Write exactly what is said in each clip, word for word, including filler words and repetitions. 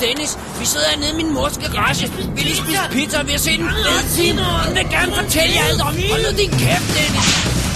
Dennis. Vi sidder hernede i min mors garage. Vi lige spise pizza, og vi har set en fed film. Hun vil gerne fortælle jer alt om. Hold nu din kæft, Dennis.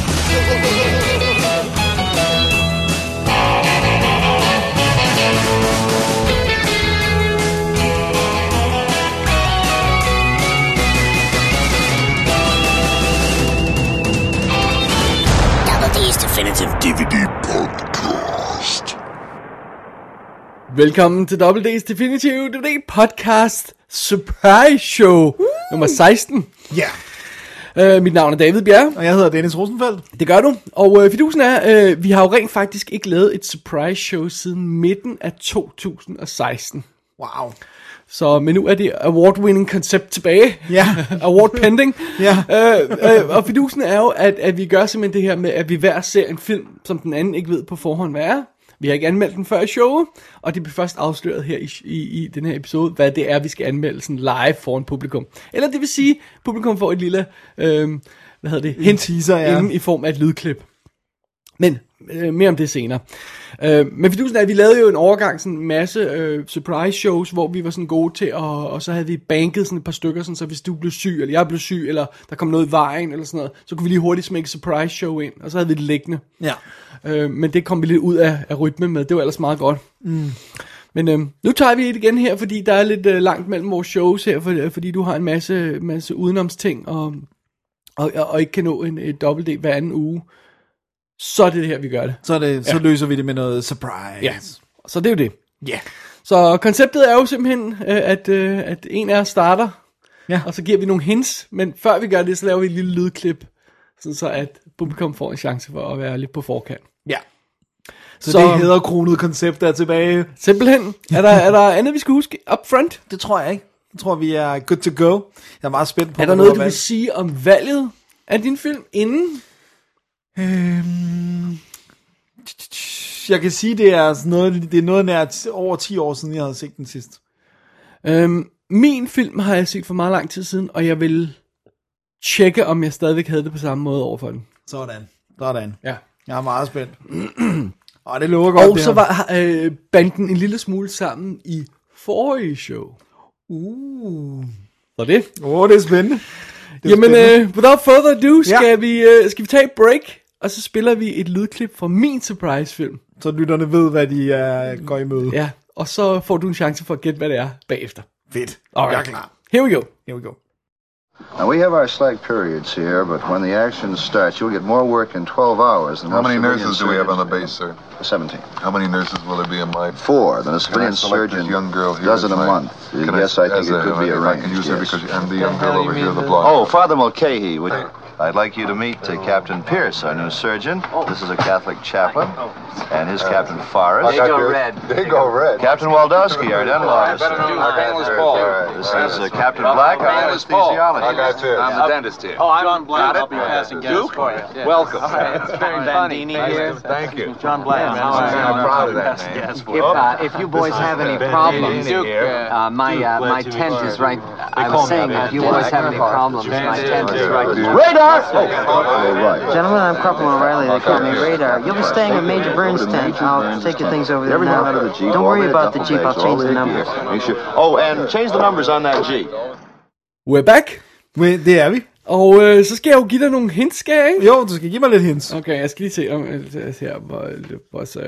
Double D's Definitive D V D Podcast. Velkommen til Double D's Definitive D V D Podcast Surprise Show uh. nummer seksten. Ja. Yeah. Uh, mit navn er David Bjerre. Og jeg hedder Dennis Rosenfeldt. Det gør du. Og uh, fidusen er, uh, vi har jo rent faktisk ikke lavet et surprise show siden midten af to tusind og seksten. Wow. Så, men nu er det award-winning koncept tilbage. Ja. Award pending. Ja. Uh, uh, og fidusen er jo, at, at vi gør simpelthen det her med, at vi hver ser en film, som den anden ikke ved på forhånd, hvad er. Vi har ikke anmeldt den før i showet, og det bliver først afsløret her i, i, i den her episode, hvad det er, vi skal anmelde sådan live foran publikum. Eller det vil sige, publikum får et lille, øh, hvad hedder det, hint teaser, ja. inden i form af et lydklip. Men øh, mere om det senere. Øh, men fidusen er, at vi lavede jo en overgang, sådan en masse øh, surprise shows, hvor vi var sådan gode til, at, og så havde vi banket sådan et par stykker, sådan, så hvis du blev syg, eller jeg blev syg, eller der kom noget i vejen, eller sådan noget, så kunne vi lige hurtigt smække surprise show ind, og så havde vi det liggende. Ja. Øh, men det kom vi lidt ud af, af rytmen med. Det var ellers meget godt. Mm. Men øh, nu tager vi det igen her, fordi der er lidt øh, langt mellem vores shows her, for, fordi du har en masse, masse udenomsting, og, og, og, og ikke kan nå en et dobbelt D hver anden uge. Så er det det her, vi gør det. Så, er det, så ja. løser vi det med noget surprise. Ja, så det er jo det. Ja. Yeah. Så konceptet er jo simpelthen, øh, at, øh, at en af os starter, ja. og så giver vi nogle hints, men før vi gør det, så laver vi et lille lydklip, sådan så at publikum får en chance for at være lidt på forkant. Ja. Så, så det hedder kronet koncept er tilbage. Simpelthen. Er der, er der andet, vi skal huske up front? Det tror jeg ikke. Jeg tror, vi er good to go. Jeg er meget spændt på, er der noget, du vil sige om valget af din film inden? Øhm, jeg kan sige, det er sådan noget, det er noget nær over ti år siden, jeg havde set den sidst. Øhm, min film har jeg set for meget lang tid siden, og jeg vil tjekke, om jeg stadigvæk havde det på samme måde overfor den. Sådan. Sådan. Ja. Jeg er meget spændt. Og det lover godt. Og så var øh, banden en lille smule sammen i forrige show. Uh. Så det. Åh, oh, det er spændende. Det er Jamen, spændende. Uh, without further ado, skal, ja. vi, uh, skal vi tage et break, og så spiller vi et lydklip fra min surprise-film. Så lytterne ved, hvad de uh, går i møde. Ja, og så får du en chance for at gætte, hvad det er bagefter. Fedt. Alright. Jeg er klar. Here we go. Here we go. Now, we have our slack periods here, but when the action starts, you'll get more work in twelve hours than How most many civilian nurses do we have on the base, surgeons. sir? seventeen. How many nurses will there be in my... Four. Then a civilian Can I select surgeon this young girl here does it as a my- month. Can I- Yes, I think as it a- could be if I arranged. can use her Yes. because I'm the young girl over here, the blonde. Oh, Father Mulcahy, would I'd like you to meet uh, Captain Pierce, our new surgeon. This is a Catholic chaplain, and his Captain Forrest. They go red. They go red. Captain Waldowski, our dental officer. Archangel's Paul. This is uh, Captain Black, our anesthesiologist. I got you. I'm the dentist here. Oh, I'm John Black. I'll be passing gas Duke? for you. Yeah. Welcome. It's very funny here. Thank you. John Black. Yeah, How are you? I'm proud of that Passing name. gas for If, you. uh, if you boys have any problems, Duke, uh, my uh, my tent is right. I was saying, if you boys have any problems, my tent is right. Radar! Oh, right. Gentlemen, I'm Corporal O'Reilly. They call me Radar. You'll be staying with Major Burns' tent. I'll take your things over there Everything now. out of the Jeep. Don't all worry the about the duffel Jeep. I'll bags, change all the the numbers. gear. Make sure. Oh, and change the numbers on that Jeep. We're back. Men det er vi. Og øh, så skal jeg jo give dig nogle hints, skal jeg, ikke? Jo, du skal give mig lidt hints. Okay, jeg skal lige se, om jeg ser, hvor... hvor så,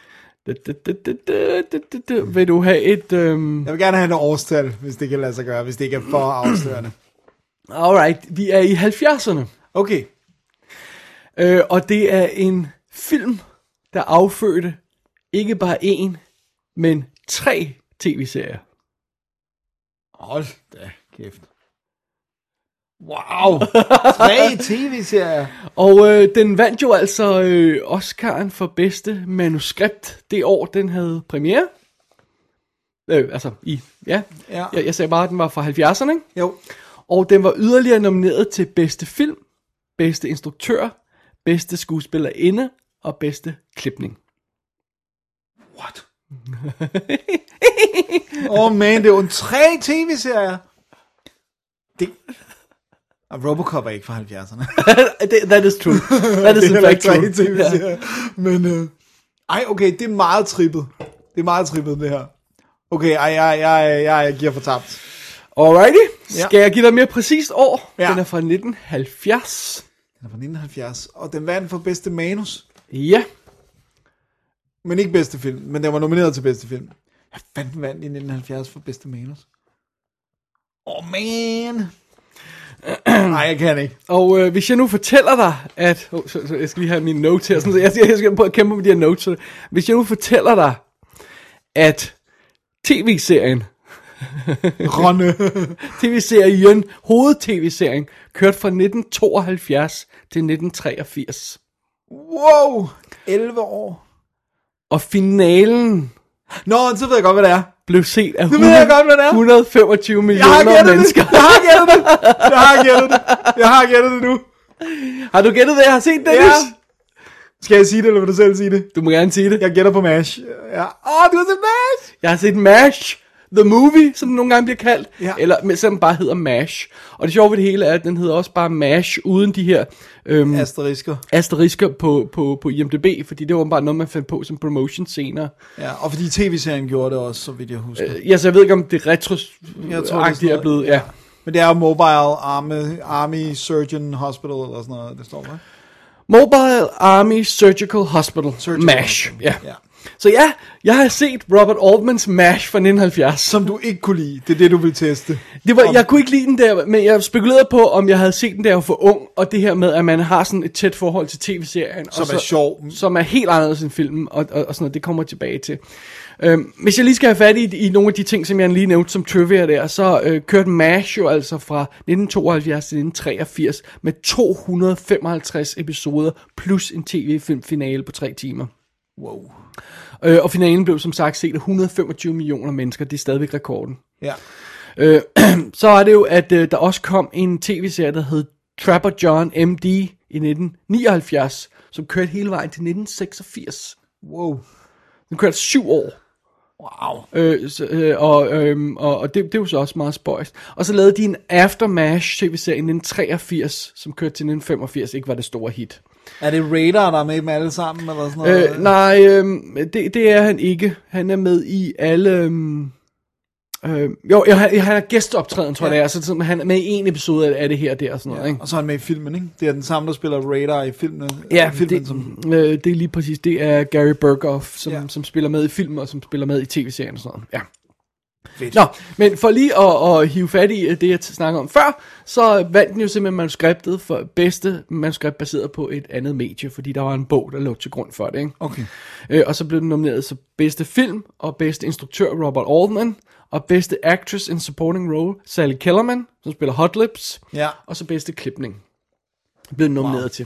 vil du have et... Um... Jeg vil gerne have en årstal, hvis det kan lade sig gøre, hvis det ikke er for afslørende. Alright, vi er i halvfjerdserne. Okay. Øh, og det er en film, der affødte ikke bare én, men tre tv-serier. Hold da kæft. Wow. Tre tv-serier. Og øh, den vandt jo altså øh, Oscar'en for bedste manuskript det år, den havde premiere. Øh, altså, i, ja. Ja. Jeg, jeg sagde bare, at den var fra halvfjerdserne, ikke? Jo. Og den var yderligere nomineret til bedste film, bedste instruktør, bedste skuespillerinde og bedste klipning. What? Åh oh man, det er jo en tre tv-serier. Det... Og Robocop er ikke fra halvfjerdserne. That is true. That is det er in fact tre true. tv-serier. Men, øh... ej okay, det er meget trippet. Det er meget trippet det her. Okay, jeg, jeg, jeg, jeg giver for tabt. Alrighty. Ja. Skal jeg give dig et mere præcist år? Ja. Den er fra nitten halvfjerds. Den er fra nitten halvfjerds, og den vandt for bedste manus. Ja. Men ikke bedste film, men den var nomineret til bedste film. Hvad fanden vandt i nitten halvfjerds for bedste manus? Åh, oh, man. Nej, jeg kan ikke. Og øh, hvis jeg nu fortæller dig, at... Oh, så, så jeg skal lige have mine notes her. Sådan, så jeg, skal, jeg skal prøve at kæmpe med de her notes. Så, hvis jeg nu fortæller dig, at tv-serien... Ronne. tv-serien, hoved-tv-serien, kørte fra nitten tooghalvfjerds til nitten treogfirs. Wow, elleve år. Og finalen Nå, så ved jeg godt, hvad det er. blev set af Nu ved jeg godt, hvad det er. et hundrede og femogtyve Jeg har millioner gættet mennesker. det. Jeg har gættet det. Jeg har gættet det. Jeg har gættet det nu. Har du gættet det, jeg har set, Dennis? Ja. Skal jeg sige det, eller vil du selv sige det? Du må gerne sige det. Jeg gætter på MASH. Ja. Åh, oh, du har set MASH. Jeg har set MASH, The Movie, som den nogle gange bliver kaldt. Ja. Eller men selvom den bare hedder MASH. Og det sjove ved det hele er, at den hedder også bare MASH, uden de her øhm, Asterisker. asterisker på, på, på I M D B. Fordi det var bare noget, man fandt på som promotion senere. Ja, og fordi tv-serien gjorde det også, så vidt jeg husker. Øh, ja, så jeg ved ikke, om det retro Jeg tror, det er sådan er blevet... Ja. Men det er jo Mobile Army, Army Surgeon Hospital, eller sådan noget, det står der. Mobile Army Surgical Hospital, Surgical MASH. Hospital, Ja. ja. Så ja, jeg har set Robert Altmans MASH fra nitten halvfjerds. Som du ikke kunne lide, det er det, du vil teste. Det var, jeg kunne ikke lide den der, men jeg spekulerede på, om jeg havde set den der for ung, og det her med, at man har sådan et tæt forhold til tv-serien. Som og så, er sjov. Som er helt anderledes end filmen, og, og, og sådan noget, det kommer jeg tilbage til. Øhm, hvis jeg lige skal have fat i, i nogle af de ting, som jeg lige nævnte som trivia der, så øh, kørte MASH jo altså fra nitten tooghalvfjerds til nitten treogfirs med to hundrede og femoghalvtreds episoder, plus en tv-filmfinale på tre timer. Wow. Øh, og finalen blev som sagt set af et hundrede og femogtyve millioner mennesker, det er stadigvæk rekorden. Ja. Øh, så er det jo, at øh, der også kom en tv-serie, der hed Trapper John M D i nitten nioghalvfjerds, som kørte hele vejen til nitten seksogfirs. Wow. Den kørte syv år. Wow. Øh, så, øh, og øh, og, og det, det er jo så også meget spøjst. Og så lavede de en After MASH tv-serie i nitten treogfirs, som kørte til nitten femogfirs, ikke var det store hit. Er det Radar, der er med dem alle sammen, eller sådan noget? Øh, nej, øh, det, det er han ikke. Han er med i alle... Øh, øh, jo, jeg, jeg, han er gæsteoptræden, tror jeg, Ja. det er. Så, så han er med i en episode af, af det her og der og sådan noget, Ja, ikke? og så er han med i filmen, ikke? Det er den samme, der spiller Radar i filmen. Ja, filmen, det, som... øh, det er lige præcis. Det er Gary Berghoff, som, Ja. som spiller med i filmen og som spiller med i tv-serien og sådan noget. Ja. Fedt. Nå, men for lige at, at hive fat i det, jeg snakker om før, så vandt den jo simpelthen manuskriptet for bedste manuskript baseret på et andet medie, fordi der var en bog, der lå til grund for det, ikke? Okay. Øh, og så blev den nomineret som bedste film, og bedste instruktør Robert Altman, og bedste actress in supporting role Sally Kellerman, som spiller Hot Lips, Ja. og så bedste klipning blev den nomineret wow. til.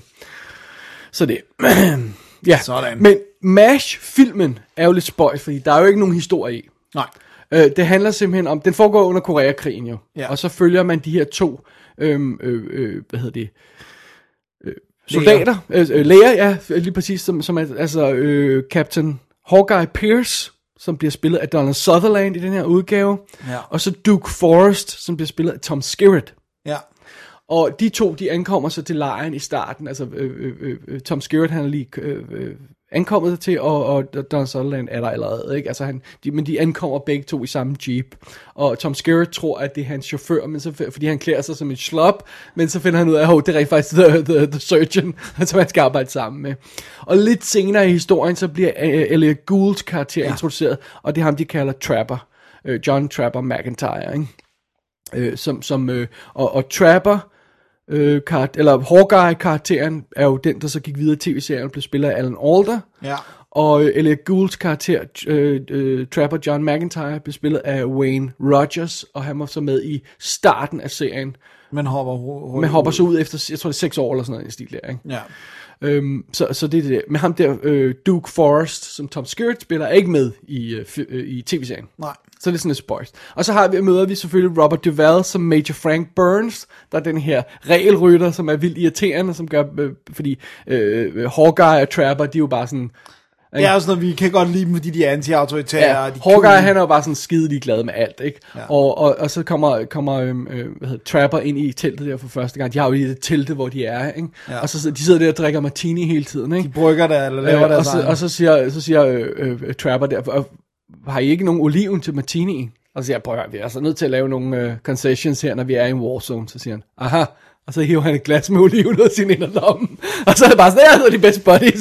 Så det. Ja, Sådan. men MASH-filmen er jo lidt spøjs, fordi der er jo ikke nogen historie i. Nej. Øh, det handler simpelthen om, den foregår under Koreakrigen jo, Ja. og så følger man de her to, øhm, øh, øh, hvad hedder det, øh, soldater, øh, øh, læger, ja, lige præcis, som, som er, altså øh, Captain Hawkeye Pierce, som bliver spillet af Donald Sutherland i den her udgave, Ja. og så Duke Forrest, som bliver spillet af Tom Skerritt. Ja. Og de to, de ankommer så til lejren i starten, altså øh, øh, øh, Tom Skerritt, han er lige øh, øh, ankommet til, og, og Donald Sutherland er der allerede, ikke? Altså han, de, men de ankommer begge to i samme jeep, og Tom Skerritt tror, at det er hans chauffør, men så, fordi han klæder sig som en schlub, men så finder han ud af, at oh, det er rent faktisk the, the, the surgeon, som han skal arbejde sammen med. Og lidt senere i historien, så bliver uh, Elliot Goulds karakter ja. introduceret, og det er ham, de kalder Trapper, uh, John Trapper McIntyre, ikke? Uh, som, som, uh, og, og Trapper, Øh, kar- eller Hawkeye-karakteren er jo den, der så gik videre i tv-serien og blev spillet af Alan Alda. Ja. Og øh, Elliot Goulds karakter, øh, øh, Trapper John McIntyre, blev spillet af Wayne Rogers, og han var så med i starten af serien. Men hopper hurtigt. Men hopper så ud efter, jeg tror det er seks år eller sådan noget i stil der, ikke? Ja. Øhm, så, så det er det. Men ham der, øh, Duke Forrest, som Tom Skerritt spiller, er ikke med i, øh, f- øh, i tv-serien. Nej. Så det er sådan lidt spøjst. Og så har vi, møder vi selvfølgelig Robert Duvall som Major Frank Burns, der er den her regelrytter, som er vildt irriterende, som gør, øh, fordi øh, Hawkeye og Trapper, de er jo bare sådan... Det er jo sådan noget, vi kan godt lide dem, fordi de er anti-autoritære. Ja, de Hawkeye, cool. han er jo bare sådan skide glad med alt, ikke? Ja. Og, og, og så kommer, kommer øh, hvad hedder, Trapper ind i teltet der for første gang. De har jo lige det telte, hvor de er, ikke? Ja. Og så de sidder der og drikker martini hele tiden, ikke? De brygger der, eller laver øh, der og, så, og så siger, så siger øh, øh, Trapper der, og har I ikke nogen oliven til martini? Og så siger jeg, prøv at høre, vi er altså nødt til at lave nogle uh, concessions her, når vi er i en warzone. Så siger han, aha. Og så hiver han et glas med oliven ud af sin inderlommen. Og så er det bare sådan, ja, det er de bedste buddies.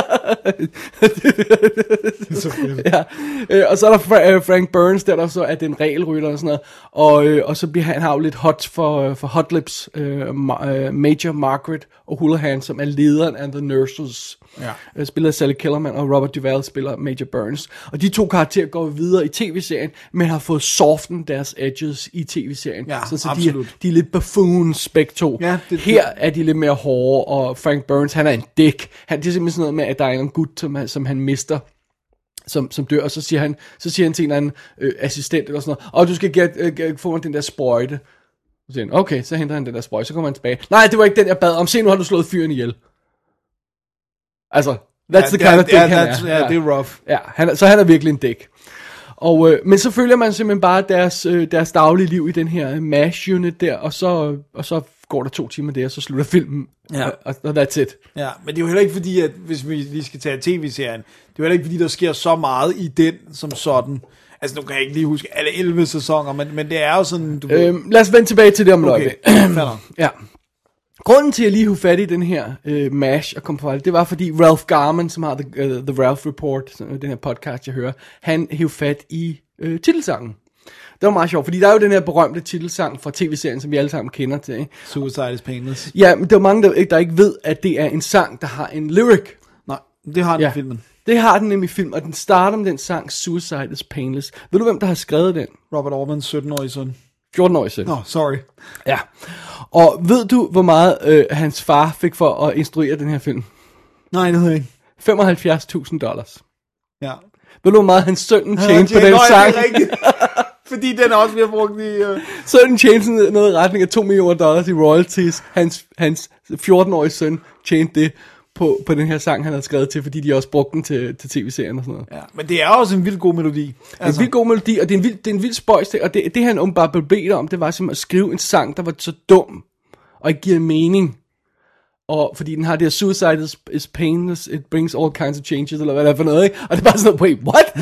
Så ja. øh, og så er der Fra- øh, Frank Burns, der, der så er den regelrytter og sådan noget. Og, øh, og så bliver han, han har jo lidt hot for, øh, for Hot Lips, øh, ma- øh, Major Margaret O'Houlihan, som er lederen af The Nurses. Ja. Øh, spiller Sally Kellerman, og Robert Duvall spiller Major Burns. Og de to karakterer går videre i tv-serien, men har fået soften deres edges i tv-serien. Ja, så så de, absolut. er, de er lidt buffoons begge to. Ja, det- Her er de lidt mere hårde, og Frank Burns, han er en dick. Han, det er simpelthen sådan noget med, at der er en gut, som, han- som han mister, som, som dør, og så siger han, så siger han til en eller anden øh, assistent eller sådan noget, og du skal get, øh, få mig den der sprøjte. Så siger han, okay, så henter han den der sprøjte, så kommer han tilbage. Nej, det var ikke den, jeg bad om. Se, nu har du slået fyren ihjel. Altså, that's the Ja, kind of ja, dick, han that's- er. ja, det er rough. Ja, han, er- så han er virkelig en dick. Og, øh, men så følger man simpelthen bare deres, øh, deres daglige liv i den her MASH unit der, og så, og så går der to timer der, og så slutter filmen, Ja. og, og, og that's it. Ja, men det er jo heller ikke fordi, at hvis vi lige skal tage tv-serien, det er jo heller ikke fordi, der sker så meget i den som sådan. Altså, nu kan jeg ikke lige huske alle elleve sæsoner, men, men det er jo sådan, du ved... Øhm, lad os vende tilbage til det om Okay, løbet. fair nok. Ja. Grunden til, at jeg lige havde fat i den her øh, MASH og kom på det, det var fordi Ralph Garman, som har The, uh, The Ralph Report, den her podcast, jeg hører, han havde fat i øh, titelsangen. Det var meget sjovt, fordi der er jo den her berømte titelsang fra tv-serien, som vi alle sammen kender til. Ikke? Suicide is Painless. Ja, men der er mange, der ikke, der ikke ved, at det er en sang, der har en lyric. Nej, det har den Ja, i filmen. det har den nemlig i film, og den starter med den sang, Suicide is Painless. Ved du, hvem der har skrevet den? Robert Ormans sytten-årige søn. fjorten år siden. Nå, oh, sorry. Ja. Og ved du, hvor meget øh, hans far fik for at instruere den her film? Nej, det ved jeg ikke. femoghalvfjerds tusind dollars. Ja. Ved du, hvor meget hans søn tjente Ja, på den nå, sang? det er rigtigt. Fordi den også bliver brugt i... Uh... Sønnen tjente sådan noget i retning af to millioner dollars i royalties. Hans, hans fjorten-årige søn tjente det på, på den her sang, han havde skrevet til, fordi de også brugte den til, til tv-serien og sådan noget. Ja, men det er også en vildt god melodi. Altså. Det er en vildt god melodi, og det er en vild, det er en vild spøjs, og det, det han åbenbart blev bedt om, det var simpelthen at skrive en sang, der var så dum, og ikke giver mening. Og fordi den har det her suicide is, is painless, it brings all kinds of changes, eller hvad der er for noget, ikke? Og det er bare sådan noget, wait,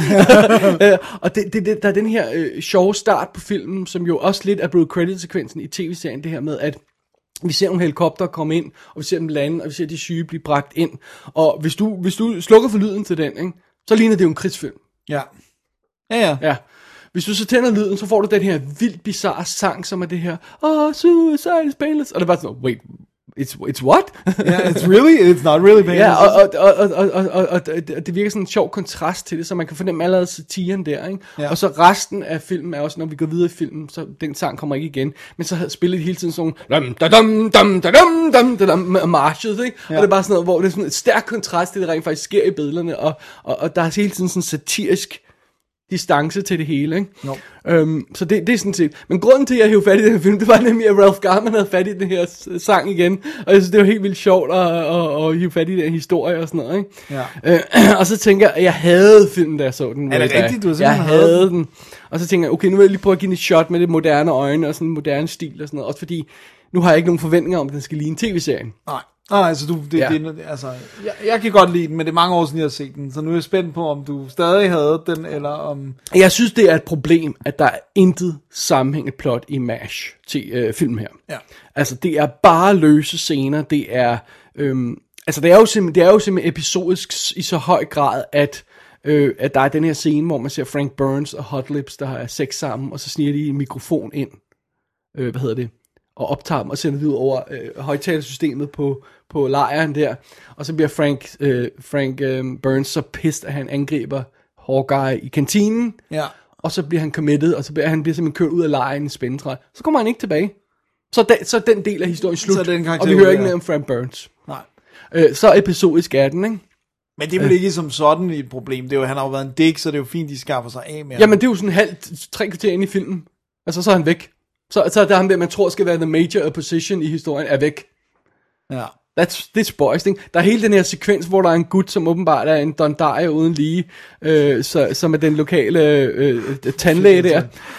what? uh, og det, det, det, der er den her øh, sjove start på filmen, som jo også lidt er blevet credit-sekvensen i tv-serien, det her med, at vi ser nogle helikopter komme ind, og vi ser dem lande, og vi ser de syge blive bragt ind. Og hvis du, hvis du slukker for lyden til den, ikke, så ligner det jo en krigsfilm. Ja. Ja, ja. Ja. Hvis du så tænder lyden, så får du den her vildt bizarre sang, som er det her, oh, suicide is painless. Og det er bare sådan, wait, it's, it's what? Yeah, it's really, it's not really painless. Ja, og, og, og, og, og, og, og det virker sådan en sjov kontrast til det, så man kan fornemme allerede satiren der, ikke? Ja. Og så resten af filmen er også, når vi går videre i filmen, så den sang kommer ikke igen, men så spiller de hele tiden sådan nogle dum, dum, dum, dum, dum, dum, dum, marches, ikke? Ja. Og det er bare sådan noget, hvor det er sådan et stærk kontrast til det, rent faktisk sker i billederne, og, og, og der er hele tiden sådan satirisk distance til det hele, ikke? No. Øhm, så det, det er sådan set. Men grunden til, at jeg hævde fat i den her film, det var nemlig, at Ralph Garman havde fat i den her sang igen. Og jeg synes, det var helt vildt sjovt at, at, at hive fat i den historie og sådan noget, ikke? Ja. Øh, og så tænker jeg, at jeg havde filmen, da jeg så den. Er det Da- rigtigt? Du har jeg simpelthen havde hadet den. Og så tænker jeg, okay, nu vil jeg lige prøve at give den et shot med det moderne øjne og sådan en moderne stil og sådan noget. Også fordi, nu har jeg ikke nogen forventninger om, at den skal ligne tv-serien. Nej. Nej, altså, du, det, Ja. ja. det, altså, jeg, jeg kan godt lide den, men det er mange år siden, jeg har set den, så nu er jeg spændt på, om du stadig havde den, eller om... Jeg synes, det er et problem, at der er intet sammenhængende plot i MASH til øh, filmen her. Ja. Altså, det er bare løse scener, det er... Øhm, altså, det er, jo simpelthen, det er jo simpelthen episodisk i så høj grad, at, øh, at der er den her scene, hvor man ser Frank Burns og Hot Lips, der har sex sammen, og så sniger de en mikrofon ind. Øh, hvad hedder det? Og optager dem og sender det ud over øh, højtalersystemet på, på lejren der. Og så bliver Frank, øh, Frank øh, Burns så pissed, at han angriber Hawkeye i kantinen. Ja. Og så bliver han committed, og så bliver han bliver simpelthen kørt ud af lejren i spændetræ. Så kommer han ikke tilbage. Så, den, så den del af historien slut, Så den karakter og vi hører ud, ikke ja. mere om Frank Burns. Nej. Øh, så episodisk er den, ikke? Men det er vel ikke som sådan et problem. Det er jo, han har jo været en dick, så det er jo fint, de skaffer sig af med ham. Jamen, det er jo sådan halvt, tre kvarter ind i filmen. Altså, så er han væk. Så, så er der ham der, man tror skal være the major opposition i historien, er væk. Ja. That's, det er spøjst, ikke? Der er hele den her sekvens, hvor der er en gut, som åbenbart er en Don Dyer uden lige, øh, så, som er den lokale øh, tandlæge der,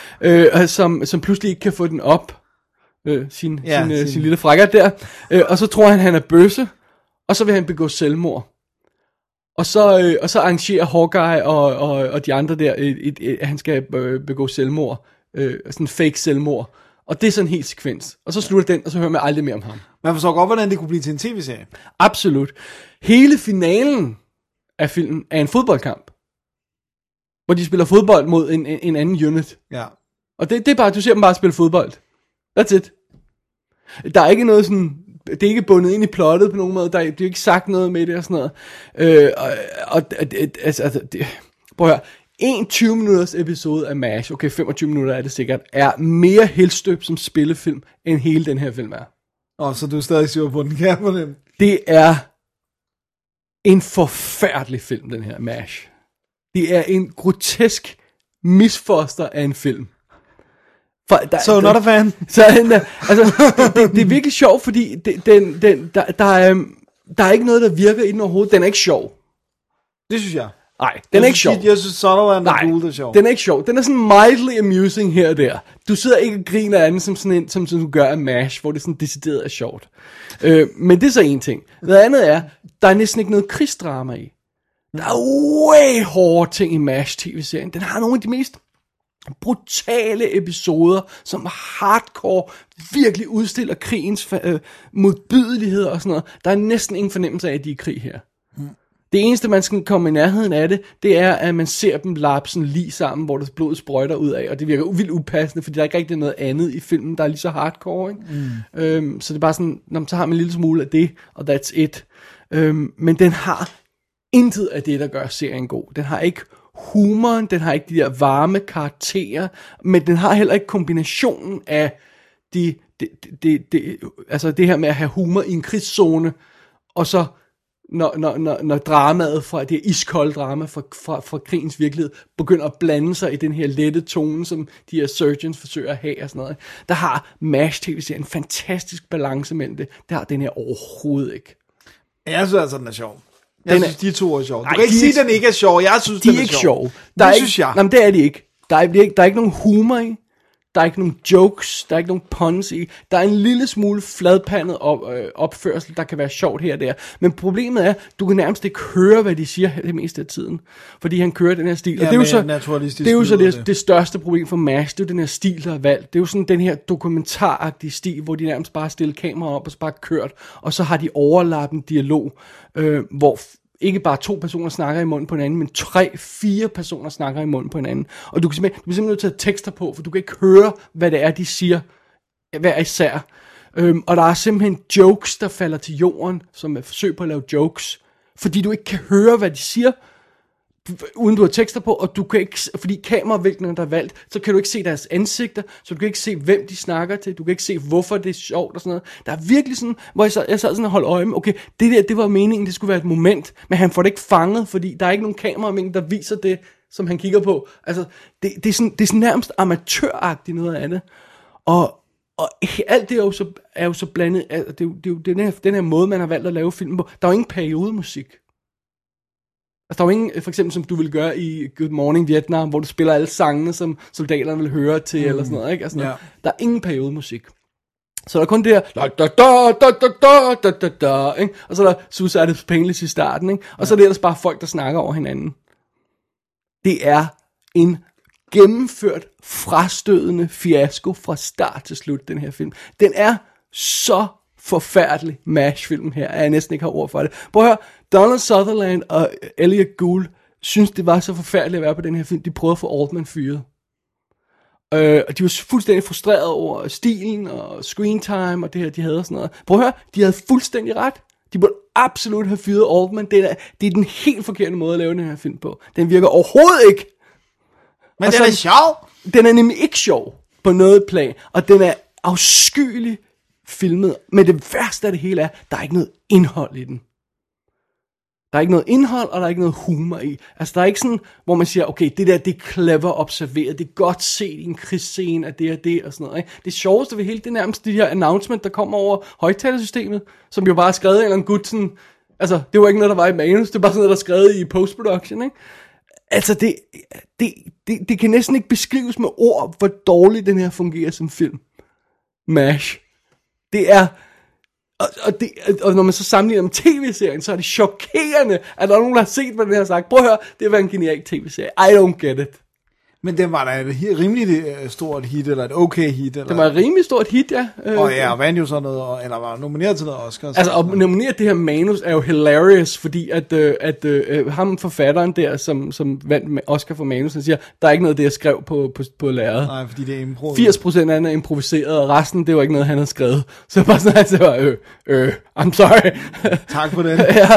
øh, som, som pludselig ikke kan få den op, øh, sin, Ja, sin, øh, sin- sin lille frækker der, øh, og så tror han, han er bøsse, og så vil han begå selvmord. Og så, øh, og så arrangerer Hawkeye og, og, og de andre der, et, et, et, at han skal øh, begå selvmord. Øh, sådan fake selvmord. Og det er sådan en helt sekvens. Og så slutter den, og så hører man aldrig mere om ham. Man forstår godt, hvordan det kunne blive til en tv-serie. Absolut. Hele finalen af filmen er en fodboldkamp. Hvor de spiller fodbold mod en, en, en anden unit. Ja. Og det, det er bare, du ser dem bare spille fodbold. That's it. Der er ikke noget sådan, det er ikke bundet ind i plottet på nogen måde, der er, det er ikke sagt noget med det og sådan noget. Øh, og, og altså, altså det, prøv at høre, en tyve minutters episode af MASH, okay, femogtyve minutter er det sikkert, er mere helstøbt som spillefilm, end hele den her film er. Åh, så du er stadig sur på den, kan jeg på den? Det er en forfærdelig film, den her MASH. Det er en grotesk misfoster af en film. For der, so der, not a fan. Så der, altså, det, det, det er virkelig sjovt, fordi det, den, den, der, der, er, der er ikke noget, der virker i den overhovedet. Den er ikke sjov. Det synes jeg. Nej, den er ikke sjov. Jeg synes, Sutherland Nej, er cool, det er sjov. den er ikke sjov. Den er sådan mildly amusing her og der. Du sidder ikke og griner af den, som, sådan en, som, som du gør af MASH, hvor det sådan decideret er sjovt. Øh, men det er så en ting. Noget andet er, der er næsten ikke noget krigsdrama i. Der er way hårde ting i MASH tv-serien. Den har nogle af de mest brutale episoder, som hardcore virkelig udstiller krigens øh, modbydelighed og sådan noget. Der er næsten ingen fornemmelse af, at de er i krig her. Mm. Det eneste, man skal komme i nærheden af det, det er, at man ser dem lappe sådan lige sammen, hvor der blodet sprøjter ud af, og det virker vildt upassende, fordi der er ikke rigtig noget andet i filmen, der er lige så hardcore, ikke? Mm. Øhm, så det er bare sådan, når, så har man en lille smule af det, og that's it. Øhm, men den har intet af det, der gør serien god. Den har ikke humoren, den har ikke de der varme karakterer, men den har heller ikke kombinationen af de, de, de, de, altså det her med at have humor i en krigszone, og så når, når, når, når dramaet fra det iskolde drama fra, fra, fra krigens virkelighed begynder at blande sig i den her lette tone, som de her surgeons forsøger at have og sådan noget. Der har MASH tv-serien en fantastisk balance mellem det. Det har den her overhovedet ikke. Jeg synes altså, den er sjov. Jeg Den synes, er, de to er sjov. Du nej, kan ikke sige, at den ikke er sjov. Jeg synes, de den er er ikke sjov. sjove. Der er det ikke, synes jeg. Nej, men det er de ikke. Der er, der er ikke nogen humor i. Der er ikke nogen jokes. Der er ikke nogen puns i. Der er en lille smule fladpandet op, øh, opførsel, der kan være sjovt her og der. Men problemet er, du kan nærmest ikke høre, hvad de siger det meste af tiden. Fordi han kører den her stil. Ja, og det er jo så, det, er jo så det, det. det største problem for MASH. Det er jo den her stil, der er valgt. Det er jo sådan den her dokumentaragtige stil, hvor de nærmest bare stiller kameraer op og så bare kørt. Og så har de overlappende dialog, øh, hvor ikke bare to personer snakker i munden på hinanden, men tre, fire personer snakker i munden på hinanden. Og du kan simpelthen, du kan simpelthen tage tekster på, for du kan ikke høre, hvad det er, de siger, hver især. Øhm, og der er simpelthen jokes, der falder til jorden, som er forsøg på at lave jokes, fordi du ikke kan høre, hvad de siger, uden du har tekster på, og du kan ikke, fordi kameravinklerne, der er valgt, så kan du ikke se deres ansigter, så du kan ikke se, hvem de snakker til, du kan ikke se, hvorfor det er sjovt og sådan noget. Der er virkelig sådan, hvor jeg sad, jeg sad sådan og holdt øje med, okay, det der, det var meningen, det skulle være et moment, men han får det ikke fanget, fordi der er ikke nogen kameravinkler, der viser det, som han kigger på. Altså, det, det, er, sådan, det er sådan nærmest amatøragtigt noget af det. Og, og alt det er jo så, er jo så blandet, altså, det er jo, det er jo den, her, den her måde, man har valgt at lave film på. Der er jo ingen periodemusik. Altså, der er jo ingen, for eksempel som du vil gøre i Good Morning Vietnam, hvor du spiller alle sangene, som soldaterne vil høre til, mm. eller sådan noget, ikke? Altså, ja. Der er ingen periodemusik. Så der er kun det her, da, da, da, da, da, da, da, da, ikke? Og så er der Suicide Painless i starten, ikke? Og ja. Så er det ellers bare folk, der snakker over hinanden. Det er en gennemført, frastødende fiasko fra start til slut, den her film. Den er så forfærdelig MASH-film her, at jeg næsten ikke har ord for det. Prøv at høre, Donald Sutherland og Elliot Gould synes, det var så forfærdeligt at være på den her film. De prøvede at få Altman fyret. Øh, og de var fuldstændig frustrerede over stilen og screen time og det her, de havde og sådan noget. Prøv at høre, de havde fuldstændig ret. De burde absolut have fyret Altman. Det er, det er den helt forkerte måde at lave den her film på. Den virker overhovedet ikke. Men og den så, er sjov. Den er nemlig ikke sjov på noget plan. Og den er afskyelig filmet. Men det værste af det hele er, der er ikke noget indhold i den. Der er ikke noget indhold, og der er ikke noget humor i. Altså, der er ikke sådan, hvor man siger, okay, det der, det er clever observeret, det er godt set i en krigsscene af det og det, og sådan noget, ikke? Det sjoveste ved hele, det er nærmest de her announcement, der kommer over højttalersystemet, som jo bare er skrevet af en eller anden gut, sådan, altså, det var ikke noget, der var i manus, det var bare sådan noget, der er skrevet i postproduction, ikke? Altså, det, det, det, det kan næsten ikke beskrives med ord, hvor dårligt den her fungerer som film. MASH. Det er Og, og, det, og når man så sammenligner med tv-serien, så er det chokerende, at der er nogen, der har set, hvad den har sagt. Prøv at høre, det var en genial tv-serie. I don't get it. Men den var da et rimelig stort hit, eller et okay hit. Eller? Det var et rimelig stort hit, ja. Og ja, og vandt jo sådan noget, eller var nomineret til noget Oscar. Altså, at nominere det her manus er jo hilarious, fordi at, øh, at øh, ham forfatteren der, som, som vandt Oscar for manus, han siger, der er ikke noget, det jeg skrev på, på, på lærredet. Nej, fordi det er impro. firs procent af den er improviseret, og resten, det var ikke noget, han havde skrevet. Så bare sådan, at jeg var, øh, øh, I'm sorry. Tak for den. Ja.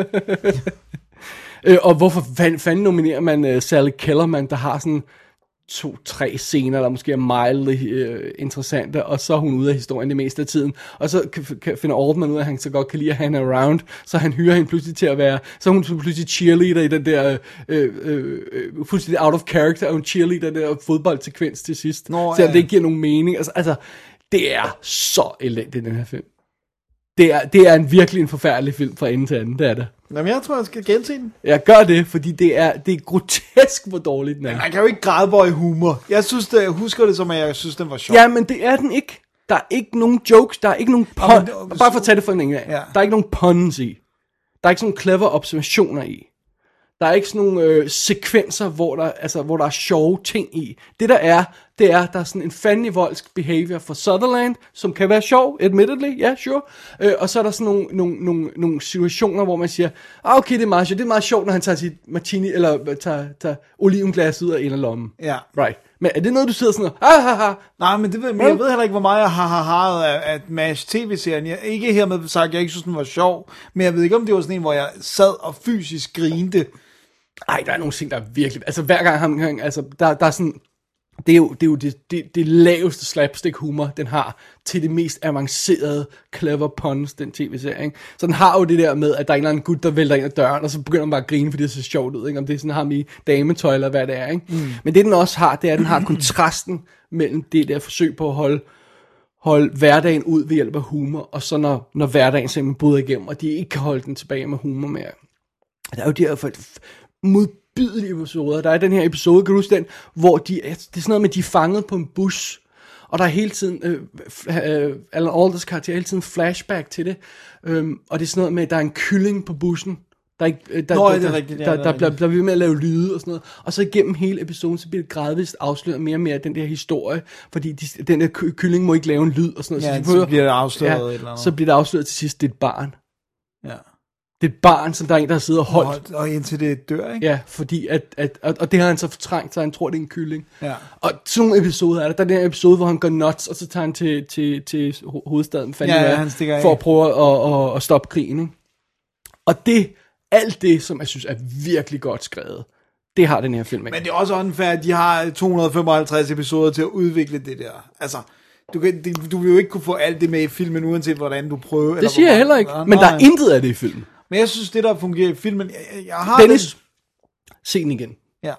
øh, og hvorfor fanden nominerer man uh, Sally Kellerman, der har sådan to-tre scener, der måske er mildly øh, interessante, og så er hun ude af historien det meste af tiden. Og så kan, kan, finder Altman ud af, at han så godt kan lide at have hende around, så han hyrer hende pludselig til at være, så er hun pludselig cheerleader i den der, øh, øh, øh, fuldstændig out of character, og hun cheerleader der fodboldsekvens til sidst, Nå, selvom ja. det ikke giver nogen mening. Altså, altså, det er så elendigt, den her film. Det er, det er en virkelig en forfærdelig film fra ende til anden, det er det. Jamen, jeg tror, jeg skal gense den. Jeg gør det, fordi det er, det er grotesk, hvor dårligt den er. Man kan jo ikke grædebøje humor. Jeg synes det, jeg husker det som, at jeg synes, den var sjov. Ja, men det er den ikke. Der er ikke nogen jokes, der er ikke nogen pun... Ja, men det- Bare for at tage det fra en af. Ja. Der er ikke nogen puns i. Der er ikke sådan nogle clever observationer i. Der er ikke sådan nogle øh, sekvenser, hvor der, altså, hvor der er sjove ting i. Det der er, det er, der er sådan en fandenivoldsk behavior for Sutherland, som kan være sjov, admittedly, ja, yeah, sure. Øh, og så er der sådan nogle, nogle, nogle, nogle situationer, hvor man siger, ah, okay, det er meget sjovt. Det er meget sjovt, når han tager sit martini, eller tager, tager olivenglas ud af en af lommen. Ja. Right. Men er det noget, du sidder sådan og, ah, ha, ha. Nej, men, det ved, men jeg ved heller ikke, hvor meget jeg har har haret af, af MASH tv-serien. Jeg, ikke hermed sagt, at jeg ikke synes, den var sjov, men jeg ved ikke, om det var sådan en, hvor jeg sad og fysisk grinte. Ej, der er nogle ting, der er virkelig... Altså, hver gang han... han altså, der, der er sådan... Det er jo det, er jo det, det, det laveste slapstick humor, den har, til det mest avancerede, clever puns, den tv-serie, ikke? Så den har jo det der med, at der er en eller anden gut, der vælter ind ad døren, og så begynder man bare at grine, fordi det ser sjovt ud, ikke? Om det er sådan ham i dametøj, eller hvad det er, ikke? Mm. Men det, den også har, det er, at den har kontrasten mellem det der forsøg på at holde, holde hverdagen ud ved hjælp af humor, og så når, når hverdagen simpelthen bryder igennem, og de ikke kan holde den tilbage med humor mere. Der er jo de her for, modbydelige episoder. Der er den her episode, kan du huske den, hvor de, det er sådan noget med, de er fanget på en bus, og der er hele tiden, øh, øh, Alan Alders karakter, hele tiden flashback til det, øhm, og det er sådan noget med, at der er en kylling på bussen, der, ikke, øh, der, Nå, der, det er der, rigtigt, ja, der, det er der, der bliver, rigtigt. bliver ved med at lave lyde og sådan noget, og så igennem hele episoden, så bliver det gradvist afsløret mere og mere af den der historie, fordi de, den der ky- kylling må ikke lave en lyd og sådan noget. Ja, de så prøver- bliver det afsløret ja, et eller andet. så bliver det afsløret til sidst, det er et barn. Ja. Det er et barn, som der er en, der har siddet og holdt. Og, og indtil det dør, ikke? Ja, fordi at, at, at, og det har han så fortrængt, så han tror, det er en kylling. Ja. Og sådan nogle episoder er der. Der er den her episode, hvor han går nuts, og så tager han til, til, til ho- hovedstaden, fandt Ja, jeg, ja, han stikker af. for at prøve at, at, at stoppe krigen. Ikke? Og det, alt det, som jeg synes er virkelig godt skrevet, det har den her film ikke. Men det er også unfair, at de har to hundrede femoghalvtreds episoder til at udvikle det der. Altså, du, kan, du vil jo ikke kunne få alt det med i filmen, uanset hvordan du prøver. Det siger jeg heller ikke, men der er intet af det i filmen. Men jeg synes, det der fungerer i filmen, jeg, jeg har Dennis, det. se den igen. Ja.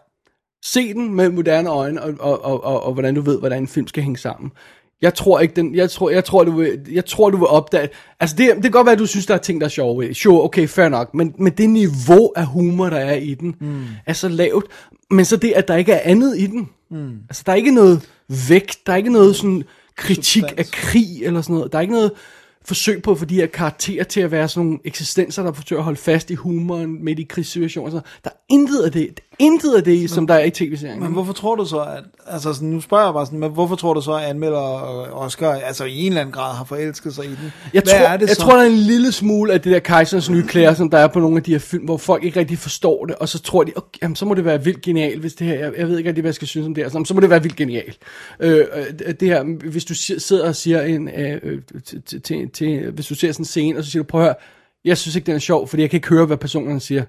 Se den med moderne øjne, og, og, og, og, og hvordan du ved, hvordan en film skal hænge sammen. Jeg tror ikke, den, jeg tror, jeg tror, du vil, jeg tror, du vil opdage, altså det, det kan godt være, at du synes, der er ting, der er sjove. Sure, okay, fair nok, men, men det niveau af humor, der er i den, mm. er så lavt, men så det, at der ikke er andet i den. Mm. Altså, der er ikke noget vægt, der er ikke noget sådan kritik Substans. af krig, eller sådan noget, der er ikke noget forsøg på at få de her karakterer til at være sådan nogle eksistenser, der forsøger at holde fast i humoren midt i krigssituationer. Der er intet af det, intet af det, som der er i tv-serien. Men hvorfor tror du så, at, altså sådan, nu spørger jeg bare sådan, men hvorfor tror du så, at anmelder og Oscar, altså i en eller anden grad har forelsket sig i den? Jeg, Hvad tror, er det jeg så? tror, der er en lille smule af det der Kejserens nye klæder, som der er på nogle af de her film, hvor folk ikke rigtig forstår det, og så tror de, okay, jamen, så må det være vildt genialt, hvis det her, jeg, jeg ved ikke rigtig, hvad jeg skal synes om det her, så, så må det være vildt genialt. Øh, det her, hvis du sidder og siger en, øh, til, til, til, hvis du ser sådan en scene, og så siger du, prøv at høre, jeg synes ikke, den er sjov, fordi jeg kan ikke høre, hvad personerne siger.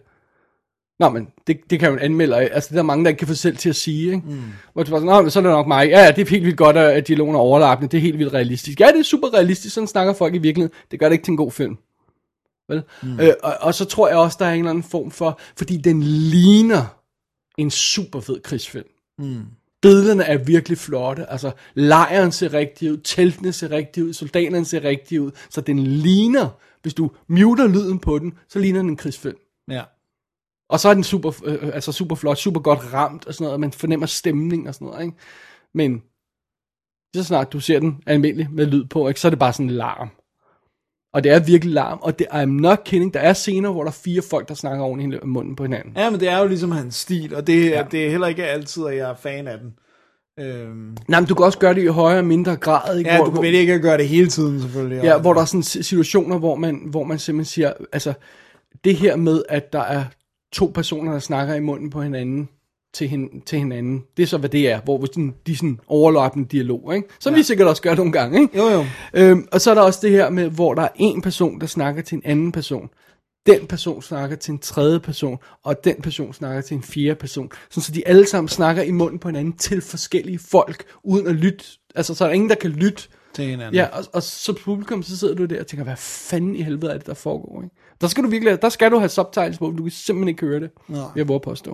Nå, men det, det kan jo en anmelder, altså der er mange, der ikke kan få selv til at sige, ikke? Mm. Hvor du bare sådan, nå, så er det nok mig. Ja, det er helt vildt godt, at dialogen er overlappende, det er helt vildt realistisk. Ja, det er super realistisk, sådan snakker folk i virkeligheden. Det gør det ikke til en god film. Vel? Mm. Øh, og, og så tror jeg også, der er en eller anden form for, fordi den ligner en super fed krigsfilm. Mm. Billederne er virkelig flotte, altså lejren ser rigtig ud, teltene ser rigtig ud, soldaterne ser rigtig ud, så den ligner, hvis du muter lyden på den, så ligner den en krigsfilm. Ja. Og så er den super, øh, altså super flot, super godt ramt og sådan noget, og man fornemmer stemning og sådan noget, ikke? Men så snart du ser den almindelig med lyd på, ikke, så er det bare sådan en larm. Og det er virkelig larm, og det I'm not kidding, der er scener, hvor der er fire folk, der snakker oven i munden på hinanden. Ja, men det er jo ligesom hans stil, og det, ja. det er heller ikke altid, at jeg er fan af den. Øhm. Nej, men du kan også gøre det i højere og mindre grad. Ikke? Ja, hvor, du kan vel ikke gøre det hele tiden, selvfølgelig. Ja, hvor der er sådan situationer, hvor man, hvor man simpelthen siger, altså, det her med, at der er to personer, der snakker i munden på hinanden, til, hin, til hinanden, det er så, hvad det er, hvor de, de sådan overlappende dialog, ikke? Som ja. vi sikkert også gør nogle gange, ikke? Jo, jo. Øhm, og så er der også det her med, hvor der er en person, der snakker til en anden person. Den person snakker til en tredje person, og den person snakker til en fjerde person. Sådan, så de alle sammen snakker i munden på hinanden til forskellige folk, uden at lytte. Altså, så er der ingen, der kan lytte til hinanden. Ja, og, og så publikum, så sidder du der og tænker, hvad fanden i helvede er det, der foregår, ikke? Der skal du virkelig, der skal du have subtitles på, du kan simpelthen ikke høre det. Nej. Jeg våger påstå.